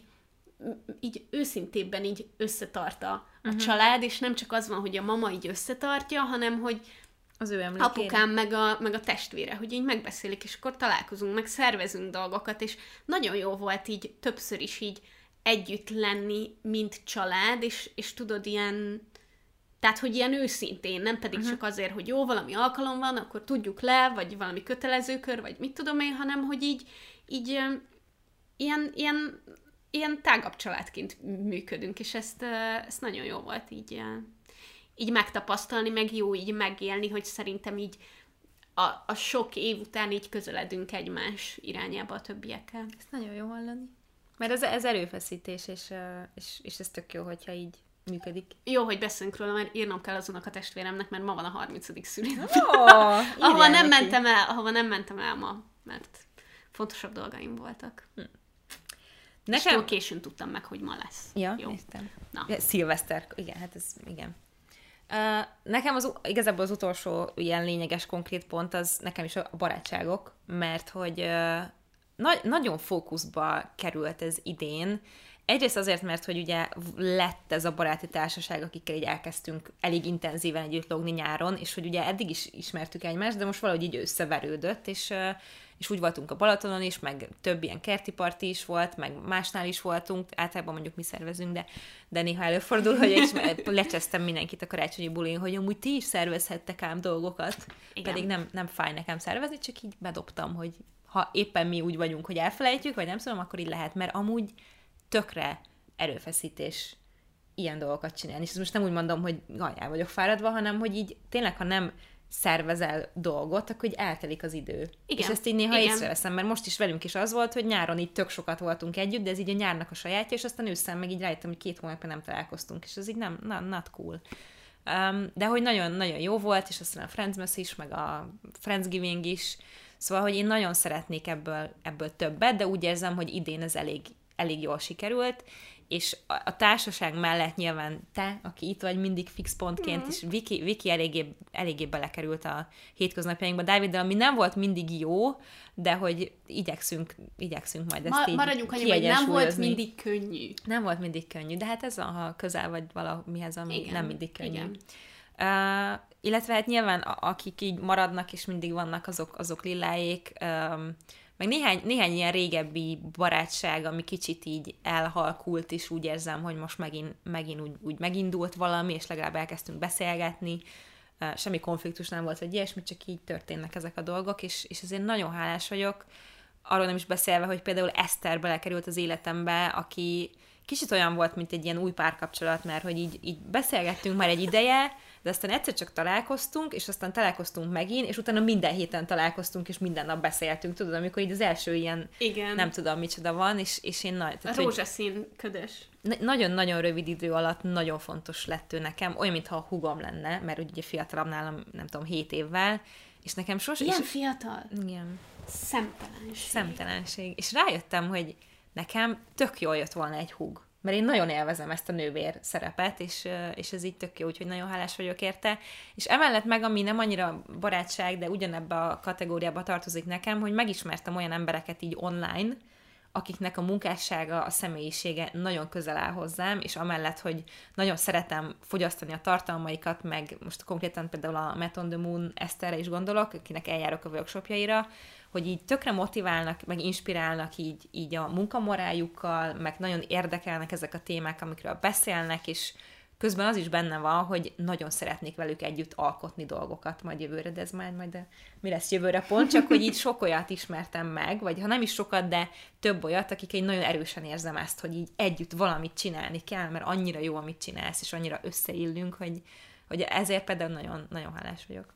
Speaker 2: őszintébben így összetart a család, és nem csak az van, hogy a mama így összetartja, hanem hogy
Speaker 1: az ő emlékére.
Speaker 2: Apukám meg a testvére, hogy így megbeszélik, és akkor találkozunk, meg szervezünk dolgokat, és nagyon jó volt így többször is így együtt lenni, mint család, és tudod, ilyen Tehát, hogy ilyen őszintén, nem pedig csak azért, hogy jó, valami alkalom van, akkor tudjuk le, vagy valami kötelezőkör, vagy mit tudom én, hanem, hogy így ilyen tágabb családként működünk, és ezt nagyon jó volt így megtapasztalni, meg jó így megélni, hogy szerintem így a sok év után így közeledünk egymás irányába a többiekkel.
Speaker 1: Ezt nagyon jó hallani. Mert ez erőfeszítés, és ez tök jó, hogyha így működik.
Speaker 2: Jó, hogy beszélünk róla, mert írnom kell az unokatestvéremnek, mert ma van a 30. szülinapja. Ahova nem mentem el ma, mert fontosabb dolgaim voltak. És túl későn tudtam meg, hogy ma lesz.
Speaker 1: Ja, jó. Néztem. Ja, szilveszter, igen, hát ez, igen. Nekem igazából az utolsó ilyen lényeges, konkrét pont az nekem is a barátságok, mert hogy nagyon fókuszba került ez idén. Egyrészt azért, mert hogy ugye lett ez a baráti társaság, akikkel így elkezdtünk elég intenzíven együtt lógni nyáron, és hogy ugye eddig is ismertük egymást, de most valahogy így összeverődött, és úgy voltunk a Balatonon is, meg több ilyen kerti parti is volt, meg másnál is voltunk, általában mondjuk mi szervezünk, de néha előfordul, hogy lecsesztem mindenkit a karácsonyi bulin, hogy amúgy ti is szervezhettek ám dolgokat. Igen. Pedig nem fáj nekem szervezni, csak így bedobtam, hogy ha éppen mi úgy vagyunk, hogy elfelejtjük, vagy nem tudom, akkor így lehet, mert amúgy tökre erőfeszítés ilyen dolgokat csinálni. És ezt most nem úgy mondom, hogy el vagyok fáradva, hanem hogy így tényleg, ha nem szervezel dolgot, akkor így eltelik az idő. Igen. És ezt így néha észreveszem, mert most is velünk is az volt, hogy nyáron így tök sokat voltunk együtt, de ez így a nyárnak a sajátja, és aztán ősszel meg így rájöttem, hogy 2 hónapja nem találkoztunk, és ez így not cool. De hogy nagyon-nagyon jó volt, és aztán a Friendsmas is, meg a Friendsgiving is, szóval, hogy én nagyon szeretnék ebből többet, de úgy érzem, hogy idén ez elég jól sikerült, és a társaság mellett nyilván te, aki itt vagy mindig fix pontként, és Viki eléggé belekerült a hétköznapjainkba Dáviddal, ami nem volt mindig jó, de hogy igyekszünk majd ezt így
Speaker 2: maradjunk annyi, hogy nem volt mindig könnyű.
Speaker 1: Nem volt mindig könnyű, de hát ez ha közel vagy valamihez, ami igen, nem mindig könnyű. Igen. Illetve hát nyilván akik így maradnak, és mindig vannak, azok Lilláék, meg néhány ilyen régebbi barátság, ami kicsit így elhalkult, és úgy érzem, hogy most megint úgy megindult valami, és legalább elkezdtünk beszélgetni. Semmi konfliktus nem volt, vagy ilyesmi, csak így történnek ezek a dolgok, és ezért nagyon hálás vagyok. Arról nem is beszélve, hogy például Eszter belekerült az életembe, aki kicsit olyan volt, mint egy ilyen új párkapcsolat, mert hogy így beszélgettünk már egy ideje, de aztán egyszer csak találkoztunk, és aztán találkoztunk megint, és utána minden héten találkoztunk, és minden nap beszéltünk, tudod, amikor így az első ilyen, igen, nem tudom micsoda van, és én
Speaker 2: a rózsaszín ködös.
Speaker 1: Nagyon-nagyon rövid idő alatt nagyon fontos lett ő nekem, olyan, mintha a húgom lenne, mert ugye fiatalabb nálam, nem tudom, 7 évvel, és nekem sosem...
Speaker 2: Ilyen fiatal?
Speaker 1: Igen.
Speaker 2: Szemtelenség.
Speaker 1: És rájöttem, hogy nekem tök jól jött volna egy húg. Mert én nagyon élvezem ezt a nővér szerepet, és ez így tök jó, úgyhogy nagyon hálás vagyok érte. És emellett meg, ami nem annyira barátság, de ugyanebbe a kategóriába tartozik nekem, hogy megismertem olyan embereket így online, akiknek a munkássága, a személyisége nagyon közel áll hozzám, és amellett, hogy nagyon szeretem fogyasztani a tartalmaikat, meg most konkrétan például a Met on the Moon Eszterre is gondolok, akinek eljárok a workshopjaira, hogy így tökre motiválnak, meg inspirálnak így a munkamoráljukkal, meg nagyon érdekelnek ezek a témák, amikről beszélnek, és közben az is benne van, hogy nagyon szeretnék velük együtt alkotni dolgokat majd jövőre, de ez majd mi lesz jövőre pont, csak hogy így sok olyat ismertem meg, vagy ha nem is sokat, de több olyat, akik így nagyon erősen érzem ezt, hogy így együtt valamit csinálni kell, mert annyira jó, amit csinálsz, és annyira összeillünk, hogy ezért például nagyon, nagyon hálás vagyok.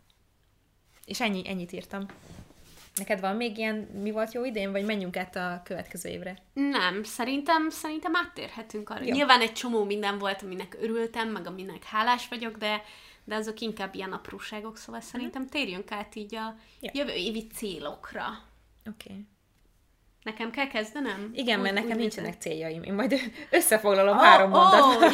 Speaker 1: És ennyit írtam. Neked van még ilyen, mi volt jó idén, vagy menjünk át a következő évre?
Speaker 2: Nem, szerintem áttérhetünk arra. Jó. Nyilván egy csomó minden volt, aminek örültem, meg aminek hálás vagyok, de azok inkább ilyen apróságok, szóval szerintem térjünk át így a jövő évi célokra.
Speaker 1: Oké. Okay.
Speaker 2: Nekem kell kezdenem?
Speaker 1: Igen, mert nekem nincsenek céljaim. Én majd összefoglalom 3 mondatban.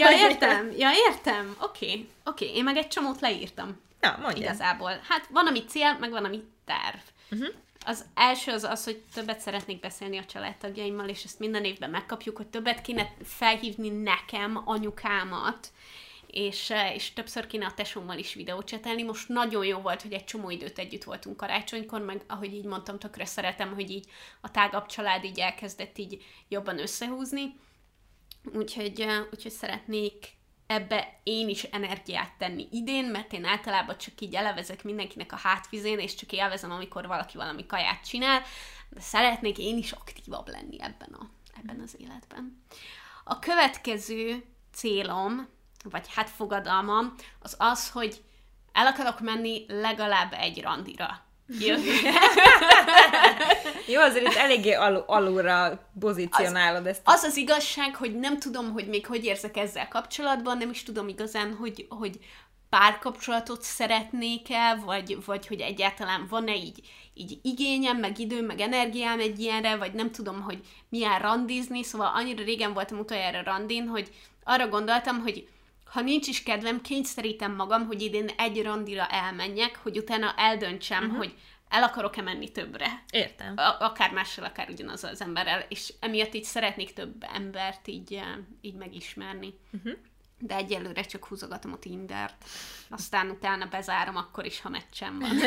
Speaker 2: Értem. Oké. Én meg egy csomót leírtam.
Speaker 1: Na, mondjad.
Speaker 2: Igazából. Hát van, ami cél, meg van, ami terv. Az első az, hogy többet szeretnék beszélni a családtagjaimmal, és ezt minden évben megkapjuk, hogy többet kéne felhívni nekem, anyukámat, és többször kéne a tesómmal is videócsetelni. Most nagyon jó volt, hogy egy csomó időt együtt voltunk karácsonykor, meg ahogy így mondtam, tökre szeretem, hogy így a tágabb család így elkezdett így jobban összehúzni. Úgyhogy szeretnék ebbe én is energiát tenni idén, mert én általában csak így elevezek mindenkinek a hátvizén, és csak élvezem, amikor valaki valami kaját csinál, de szeretnék én is aktívabb lenni ebben az életben. A következő célom, vagy hát fogadalmam, az az, hogy el akarok menni legalább egy randira.
Speaker 1: Jó, azért itt eléggé alulra pozícionálod ezt.
Speaker 2: Az az igazság, hogy nem tudom, hogy még hogy érzek ezzel kapcsolatban, nem is tudom igazán, hogy párkapcsolatot szeretnék-e, vagy hogy egyáltalán van-e így igényem, meg időm, meg energiám egy ilyenre, vagy nem tudom, hogy milyen randizni, szóval annyira régen voltam utoljára randin, hogy arra gondoltam, hogy ha nincs is kedvem, kényszerítem magam, hogy idén egy randira elmenjek, hogy utána eldöntsem, hogy el akarok-e menni többre.
Speaker 1: Értem.
Speaker 2: Akár mással, akár ugyanazzal az emberrel, és emiatt így szeretnék több embert így megismerni. De egyelőre csak húzogatom a Tindert. Aztán utána bezárom akkor is, ha meccsem van.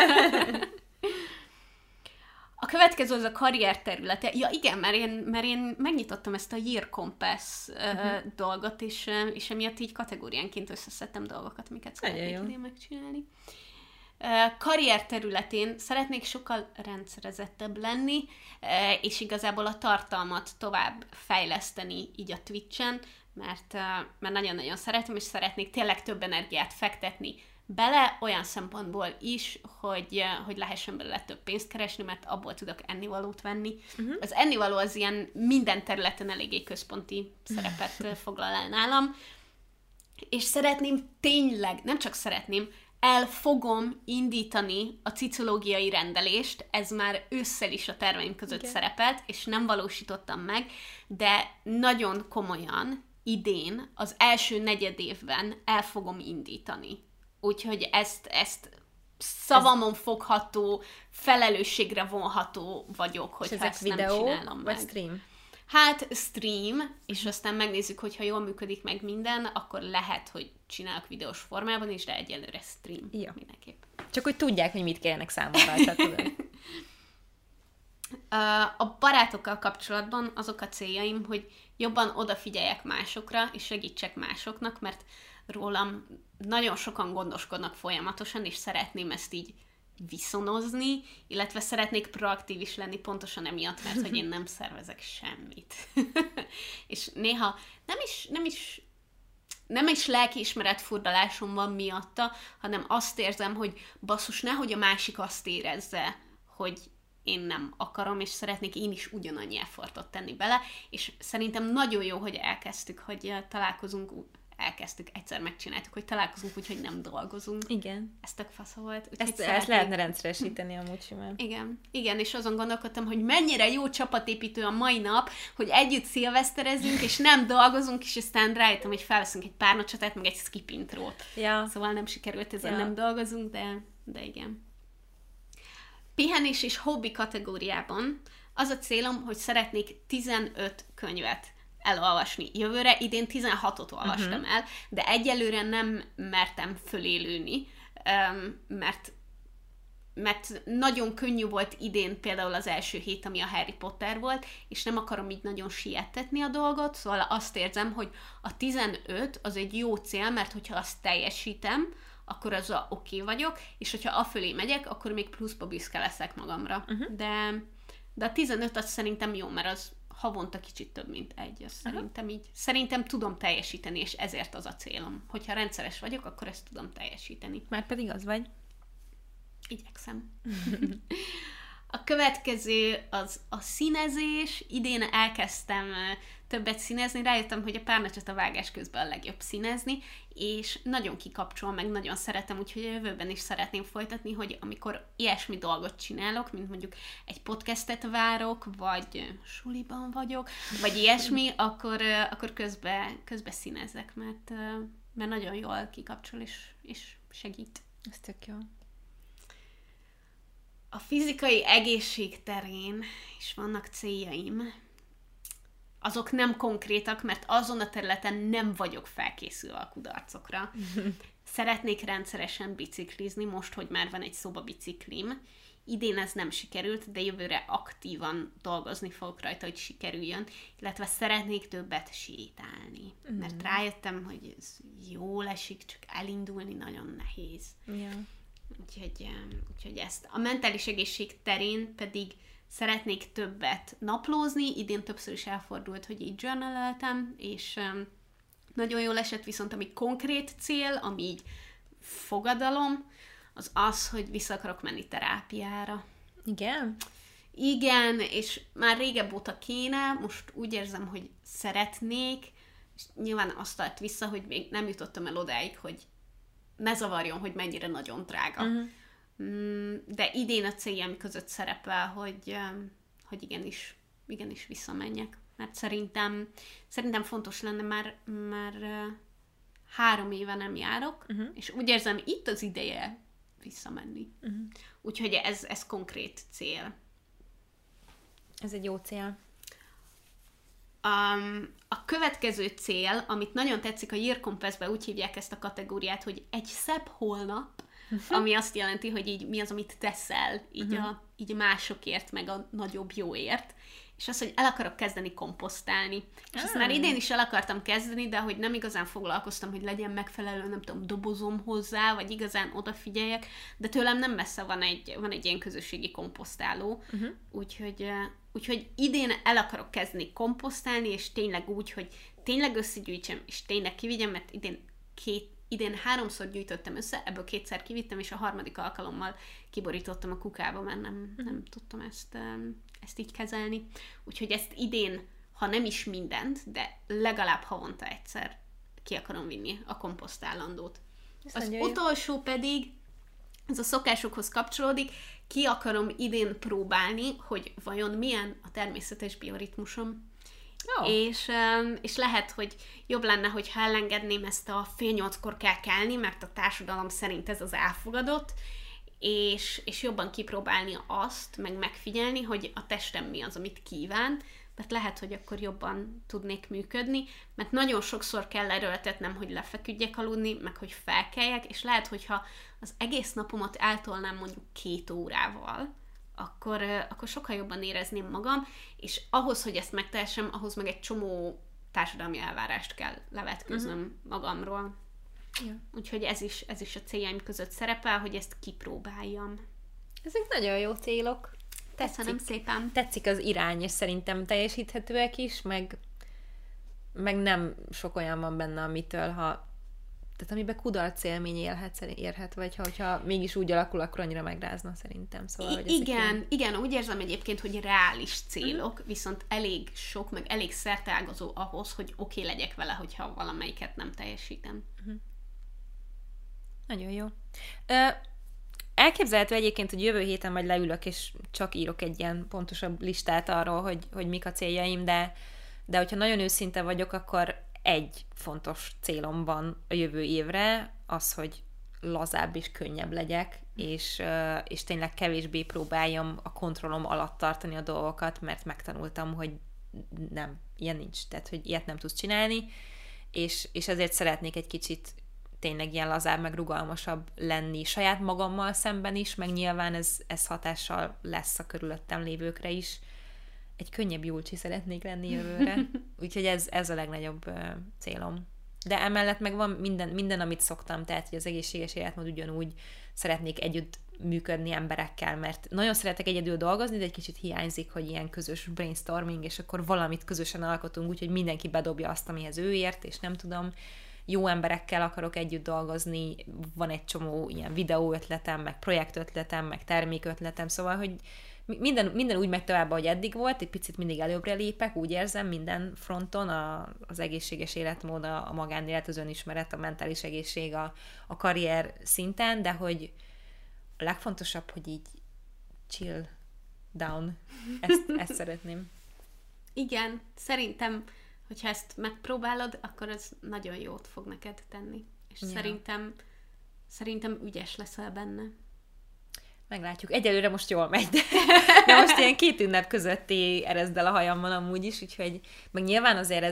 Speaker 2: A következő az a karrier területe. Ja igen, mert én megnyitottam ezt a Year Compass dolgot, és emiatt így kategóriánként összeszedtem dolgokat, amiket szeretnék idén megcsinálni. Karrier területén szeretnék sokkal rendszerezettebb lenni, és igazából a tartalmat tovább fejleszteni így a Twitch-en, mert nagyon-nagyon szeretem, és szeretnék tényleg több energiát fektetni bele, olyan szempontból is, hogy lehessen belőle több pénzt keresni, mert abból tudok ennivalót venni. Az ennivaló az ilyen minden területen eléggé központi szerepet foglal el nálam, és szeretném tényleg, nem csak szeretném, el fogom indítani a cicológiai rendelést, ez már ősszel is a terveim között szerepelt, és nem valósítottam meg, de nagyon komolyan idén, az első negyedévben el fogom indítani. Úgyhogy ezt szavamon fogható, felelősségre vonható vagyok, hogyha ezt
Speaker 1: videó,
Speaker 2: nem csinálom
Speaker 1: vagy
Speaker 2: meg.
Speaker 1: Stream?
Speaker 2: Hát stream, és aztán megnézzük, hogyha jól működik meg minden, akkor lehet, hogy csinálok videós formában is, de egyelőre stream mindenképp.
Speaker 1: Csak hogy tudják, hogy mit kérnek számomra, tudod.
Speaker 2: A barátokkal kapcsolatban azok a céljaim, hogy jobban odafigyeljek másokra, és segítsek másoknak, mert rólam nagyon sokan gondoskodnak folyamatosan, és szeretném ezt így viszonozni, illetve szeretnék proaktív is lenni pontosan emiatt, mert hogy én nem szervezek semmit. És néha nem is lelkiismeret furdalásom van miatta, hanem azt érzem, hogy basszus, nehogy a másik azt érezze, hogy én nem akarom, és szeretnék én is ugyanannyi effortot tenni bele, és szerintem nagyon jó, hogy elkezdtük, hogy egyszer megcsináltuk, hogy találkozunk úgy, hogy nem dolgozunk.
Speaker 1: Igen.
Speaker 2: Ez tök fasza volt.
Speaker 1: Ezt lehetne rendszeresíteni amúgy simán.
Speaker 2: Igen, és azon gondolkodtam, hogy mennyire jó csapatépítő a mai nap, hogy együtt szilveszterezünk, és nem dolgozunk, és aztán rájöttem, hogy felveszünk egy párnacsatát, meg egy skip intrót.
Speaker 1: Ja.
Speaker 2: Szóval nem sikerült, ezen nem dolgozunk, de igen. Pihenés és hobbi kategóriában az a célom, hogy szeretnék 15 könyvet elolvasni. Jövőre idén 16-ot olvastam el, de egyelőre nem mertem fölélülni, mert nagyon könnyű volt idén például az első hét, ami a Harry Potter volt, és nem akarom így nagyon siettetni a dolgot, szóval azt érzem, hogy a 15 az egy jó cél, mert hogyha azt teljesítem, akkor azzal oké vagyok, és hogyha afölé megyek, akkor még pluszba büszke leszek magamra. De a 15 az szerintem jó, mert az havonta kicsit több, mint egy. Szerintem tudom teljesíteni, és ezért az a célom. Hogyha rendszeres vagyok, akkor ezt tudom teljesíteni.
Speaker 1: Már pedig az vagy.
Speaker 2: Igyekszem. A következő az a színezés. Idén elkezdtem többet színezni, rájöttem, hogy a párnacsata vágás közben a legjobb színezni, és nagyon kikapcsol, meg nagyon szeretem, úgyhogy a jövőben is szeretném folytatni, hogy amikor ilyesmi dolgot csinálok, mint mondjuk egy podcastet várok, vagy suliban vagyok, vagy ilyesmi, akkor közbe színezzek, mert nagyon jól kikapcsol, és segít.
Speaker 1: Ez tök jó.
Speaker 2: A fizikai egészség terén is vannak céljaim. Azok nem konkrétak, mert azon a területen nem vagyok felkészülve a kudarcokra. Szeretnék rendszeresen biciklizni, most, hogy már van egy szobabiciklim, idén ez nem sikerült, de jövőre aktívan dolgozni fogok rajta, hogy sikerüljön, illetve szeretnék többet sétálni. Mert rájöttem, hogy ez jól esik, csak elindulni nagyon nehéz.
Speaker 1: Ja.
Speaker 2: Úgyhogy ezt. A mentális egészség terén pedig szeretnék többet naplózni, idén többször is elfordult, hogy így journaleltem, és nagyon jól esett, viszont ami konkrét cél, ami így fogadalom, az az, hogy vissza akarok menni terápiára.
Speaker 1: Igen?
Speaker 2: Igen, és már régebb óta kéne, most úgy érzem, hogy szeretnék, és nyilván azt tart vissza, hogy még nem jutottam el odáig, hogy ne zavarjon, hogy mennyire nagyon drága. De idén a céljaim között szerepel, hogy igenis visszamenjek. Mert szerintem fontos lenne, már 3 éve nem járok, és úgy érzem, itt az ideje visszamenni. Úgyhogy ez konkrét cél.
Speaker 1: Ez egy jó cél.
Speaker 2: A következő cél, amit nagyon tetszik a Year Compass-ben, úgy hívják ezt a kategóriát, hogy egy szebb holnap, ami azt jelenti, hogy így mi az, amit teszel így másokért, meg a nagyobb jóért. És az, hogy el akarok kezdeni komposztálni. És ezt már idén is el akartam kezdeni, de hogy nem igazán foglalkoztam, hogy legyen megfelelő, nem tudom, dobozom hozzá, vagy igazán odafigyeljek, de tőlem nem messze van egy ilyen közösségi komposztáló. Úgyhogy idén el akarok kezdeni komposztálni, és tényleg úgy, hogy tényleg összegyűjtsem, és tényleg kivigyem, mert idén 3-szor gyűjtöttem össze, ebből 2-szer kivittem, és a 3. alkalommal kiborítottam a kukába, mert nem tudtam ezt így kezelni. Úgyhogy ezt idén, ha nem is mindent, de legalább havonta egyszer ki akarom vinni a komposztállandót. Az utolsó pedig, ez a szokásokhoz kapcsolódik, ki akarom idén próbálni, hogy vajon milyen a természetes bioritmusom. És lehet, hogy jobb lenne, hogyha elengedném ezt a 7:30-kor kell kelni, mert a társadalom szerint ez az elfogadott, és jobban kipróbálni azt, meg megfigyelni, hogy a testem mi az, amit kíván, mert lehet, hogy akkor jobban tudnék működni, mert nagyon sokszor kell erőltetnem, hogy lefeküdjek aludni, meg hogy felkeljek, és lehet, hogyha az egész napomat eltolnám mondjuk 2 órával, akkor sokkal jobban érezném magam, és ahhoz, hogy ezt megtehessem, ahhoz meg egy csomó társadalmi elvárást kell levetkőznöm magamról. Ja. Úgyhogy ez is a céljaim között szerepel, hogy ezt kipróbáljam.
Speaker 1: Ezek nagyon jó célok.
Speaker 2: Köszönöm szépen.
Speaker 1: Tetszik az irány, és szerintem teljesíthetőek is, meg nem sok olyan van benne, tehát amiben kudarc élmény érhet, vagy hogyha mégis úgy alakul, akkor annyira megrázna szerintem. Szóval, hogy
Speaker 2: igen, úgy érzem egyébként, hogy reális célok, viszont elég sok, meg elég szerteágazó ahhoz, hogy oké legyek vele, hogyha valamelyiket nem teljesítem.
Speaker 1: Nagyon jó. Elképzelhető egyébként, hogy jövő héten majd leülök, és csak írok egy ilyen pontosabb listát arról, hogy mik a céljaim, de hogyha nagyon őszinte vagyok, akkor egy fontos célom van a jövő évre, az, hogy lazább és könnyebb legyek, és tényleg kevésbé próbáljam a kontrollom alatt tartani a dolgokat, mert megtanultam, hogy nem, ilyen nincs, tehát hogy ilyet nem tudsz csinálni, és ezért szeretnék egy kicsit tényleg ilyen lazább, meg rugalmasabb lenni saját magammal szemben is, meg nyilván ez hatással lesz a körülöttem lévőkre is. Egy könnyebb Julcsi szeretnék lenni jövőre, úgyhogy ez a legnagyobb célom. De emellett meg van minden, amit szoktam, tehát hogy az egészséges életmód ugyanúgy szeretnék együtt működni emberekkel, mert nagyon szeretek egyedül dolgozni, de egy kicsit hiányzik, hogy ilyen közös brainstorming, és akkor valamit közösen alkotunk, úgyhogy mindenki bedobja azt, amihez ő ért, és nem tudom, jó emberekkel akarok együtt dolgozni, van egy csomó ilyen videó ötletem, meg projektötletem, meg termékötletem, szóval, hogy minden úgy megy tovább, ahogy eddig volt, egy picit mindig előbbre lépek, úgy érzem minden fronton, az egészséges életmód, a magánélet, az önismeret, a mentális egészség, a karrier szinten, de hogy a legfontosabb, hogy így chill down. Ezt szeretném.
Speaker 2: Igen, szerintem, hogyha ezt megpróbálod, akkor ez nagyon jót fog neked tenni. És szerintem ügyes leszel benne.
Speaker 1: Meglátjuk. Egyelőre most jól megy, de most ilyen 2 ünnep közötti ereszdel a hajammal amúgy is, úgyhogy meg nyilván azért ez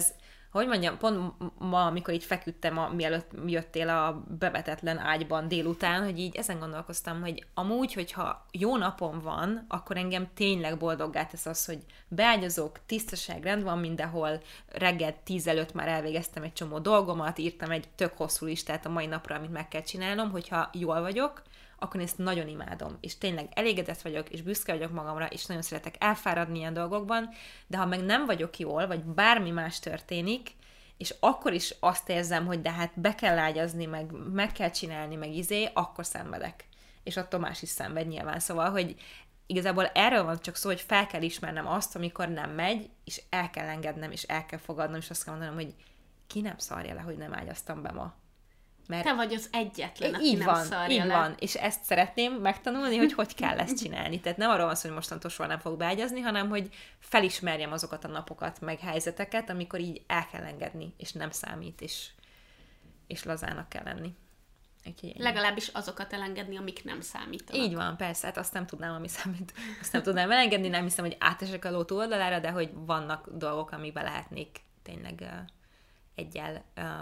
Speaker 1: hogy mondjam, pont ma, amikor így feküdtem, mielőtt jöttél a bevetetlen ágyban délután, hogy így ezen gondolkoztam, hogy amúgy, hogyha jó napom van, akkor engem tényleg boldoggá tesz az, hogy beágyazok, tisztaság, rend van mindenhol, reggel 10 előtt már elvégeztem egy csomó dolgomat, írtam egy tök hosszú listát a mai napra, amit meg kell csinálnom, hogyha jól vagyok, akkor ezt nagyon imádom, és tényleg elégedett vagyok, és büszke vagyok magamra, és nagyon szeretek elfáradni ilyen dolgokban, de ha meg nem vagyok jól, vagy bármi más történik, és akkor is azt érzem, hogy de hát be kell ágyazni, meg kell csinálni, meg akkor szenvedek. És attól más is szenved nyilván. Szóval, hogy igazából erről van csak szó, hogy fel kell ismernem azt, amikor nem megy, és el kell engednem, és el kell fogadnom, és azt kell mondanom, hogy ki nem szarja le, hogy nem ágyaztam be ma.
Speaker 2: Mert te vagy az egyetlen, aki
Speaker 1: így
Speaker 2: nem
Speaker 1: van,
Speaker 2: szarja
Speaker 1: így
Speaker 2: le.
Speaker 1: van, és ezt szeretném megtanulni, hogy kell ezt csinálni. Tehát nem arról van szó, hogy mostantól soha nem fogok beágyazni, hanem hogy felismerjem azokat a napokat, meg helyzeteket, amikor így el kell engedni, és nem számít, és lazának kell lenni.
Speaker 2: Legalábbis azokat elengedni, amik nem számítanak.
Speaker 1: Így van, persze, hát azt nem tudnám, ami számít. Azt nem tudnám elengedni, nem hiszem, hogy átesek a ló túloldalára, de hogy vannak dolgok, amiben lehetnék tényleg egyel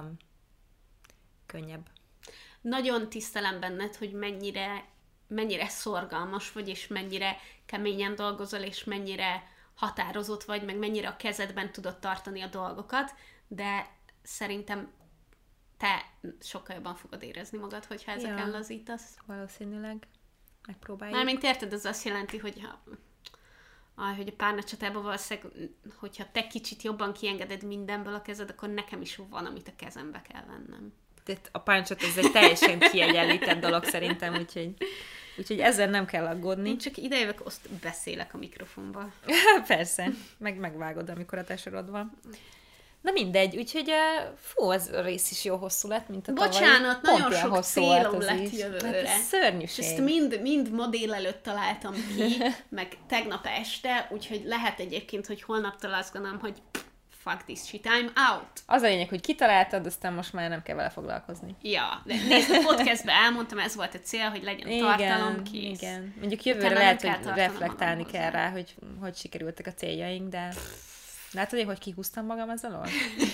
Speaker 1: könnyebb.
Speaker 2: Nagyon tisztelem benned, hogy mennyire szorgalmas vagy, és mennyire keményen dolgozol, és mennyire határozott vagy, meg mennyire a kezedben tudod tartani a dolgokat, de szerintem te sokkal jobban fogod érezni magad, hogyha ezeken lazítasz.
Speaker 1: Valószínűleg. Megpróbáljuk.
Speaker 2: Mármint érted, ez azt jelenti, hogy hogy a párnacsatában valószínűleg, hogyha te kicsit jobban kiengeded mindenből a kezed, akkor nekem is van, amit a kezembe kell vennem.
Speaker 1: A párnacsat ez egy teljesen kiegyenlített dolog szerintem, úgyhogy ezzel nem kell aggódni.
Speaker 2: Én csak idejövök, azt beszélek a mikrofonba.
Speaker 1: Persze, megvágod, amikor a te sorod van. Na mindegy, úgyhogy az a rész is jó hosszú lett, mint a tavaly.
Speaker 2: Bocsánat, nagyon sok célom lett jövőre.
Speaker 1: Hát szörnyűség.
Speaker 2: És ezt mind ma délelőtt találtam ki, meg tegnap este, úgyhogy lehet egyébként, hogy holnaptól azt gondolom, hogy fuck this shit, I'm out.
Speaker 1: Az a lényeg, hogy kitaláltad, aztán most már nem kell vele foglalkozni.
Speaker 2: Ja, de nézd, a podcastben elmondtam, ez volt a cél, hogy legyen tartalom, kész.
Speaker 1: Igen, mondjuk jövőre lehet, hogy reflektálni kell rá, hogy sikerültek a céljaink, de látod, hogy kihúztam magam ezzel alól?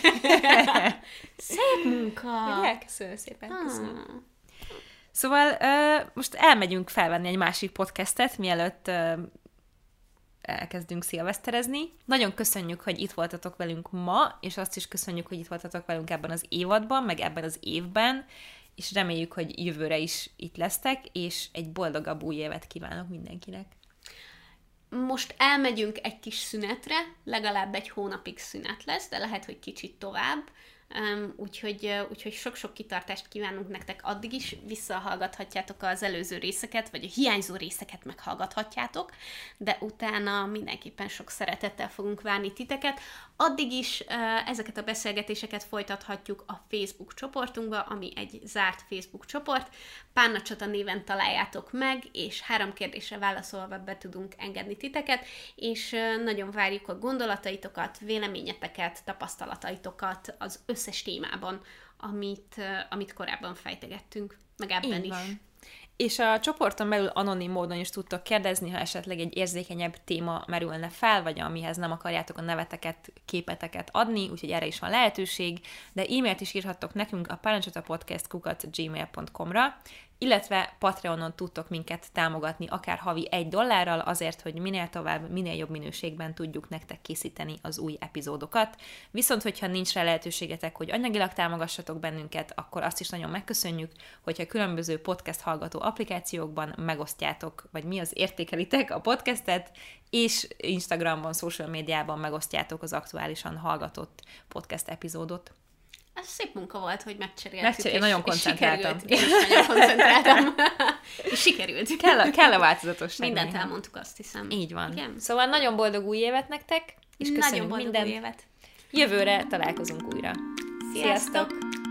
Speaker 2: Szép munka!
Speaker 1: Köszönöm szépen, köszönöm. Szóval most elmegyünk felvenni egy másik podcastet, mielőtt elkezdünk szilveszterezni. Nagyon köszönjük, hogy itt voltatok velünk ma, és azt is köszönjük, hogy itt voltatok velünk ebben az évadban, meg ebben az évben, és reméljük, hogy jövőre is itt lesztek, és egy boldogabb új évet kívánok mindenkinek.
Speaker 2: Most elmegyünk egy kis szünetre, legalább egy hónapig szünet lesz, de lehet, hogy kicsit tovább, úgyhogy sok-sok kitartást kívánunk nektek addig is, visszahallgathatjátok az előző részeket, vagy a hiányzó részeket meghallgathatjátok, de utána mindenképpen sok szeretettel fogunk várni titeket. Addig is ezeket a beszélgetéseket folytathatjuk a Facebook csoportunkba, ami egy zárt Facebook csoport. Párna Csata néven találjátok meg, és 3 kérdésre válaszolva be tudunk engedni titeket, és nagyon várjuk a gondolataitokat, véleményeteket, tapasztalataitokat az összes témában, amit korábban fejtegettünk, meg ebben is.
Speaker 1: És a csoporton belül anonim módon is tudtok kérdezni, ha esetleg egy érzékenyebb téma merülne fel, vagy amihez nem akarjátok a neveteket, képeteket adni, úgyhogy erre is van lehetőség, de e-mailt is írhattok nekünk a párnacsatapodcast@gmail.com-ra, illetve Patreonon tudtok minket támogatni akár havi $1 azért, hogy minél tovább, minél jobb minőségben tudjuk nektek készíteni az új epizódokat. Viszont, hogyha nincs rá lehetőségetek, hogy anyagilag támogassatok bennünket, akkor azt is nagyon megköszönjük, hogyha különböző podcast hallgató applikációkban megosztjátok, vagy mi az értékelitek a podcastet, és Instagramon, social médiában megosztjátok az aktuálisan hallgatott podcast epizódot.
Speaker 2: Ez szép munka volt, hogy megcseréltük.
Speaker 1: Nagyon koncentráltam.
Speaker 2: Én is nagyon koncentráltam. És sikerült.
Speaker 1: Kell a változatosság.
Speaker 2: Mindent elmondtuk, azt hiszem.
Speaker 1: Így van.
Speaker 2: Igen.
Speaker 1: Szóval nagyon boldog új évet nektek, és köszönjük
Speaker 2: nagyon boldog
Speaker 1: mindent.
Speaker 2: új évet.
Speaker 1: Jövőre találkozunk újra.
Speaker 2: Sziasztok!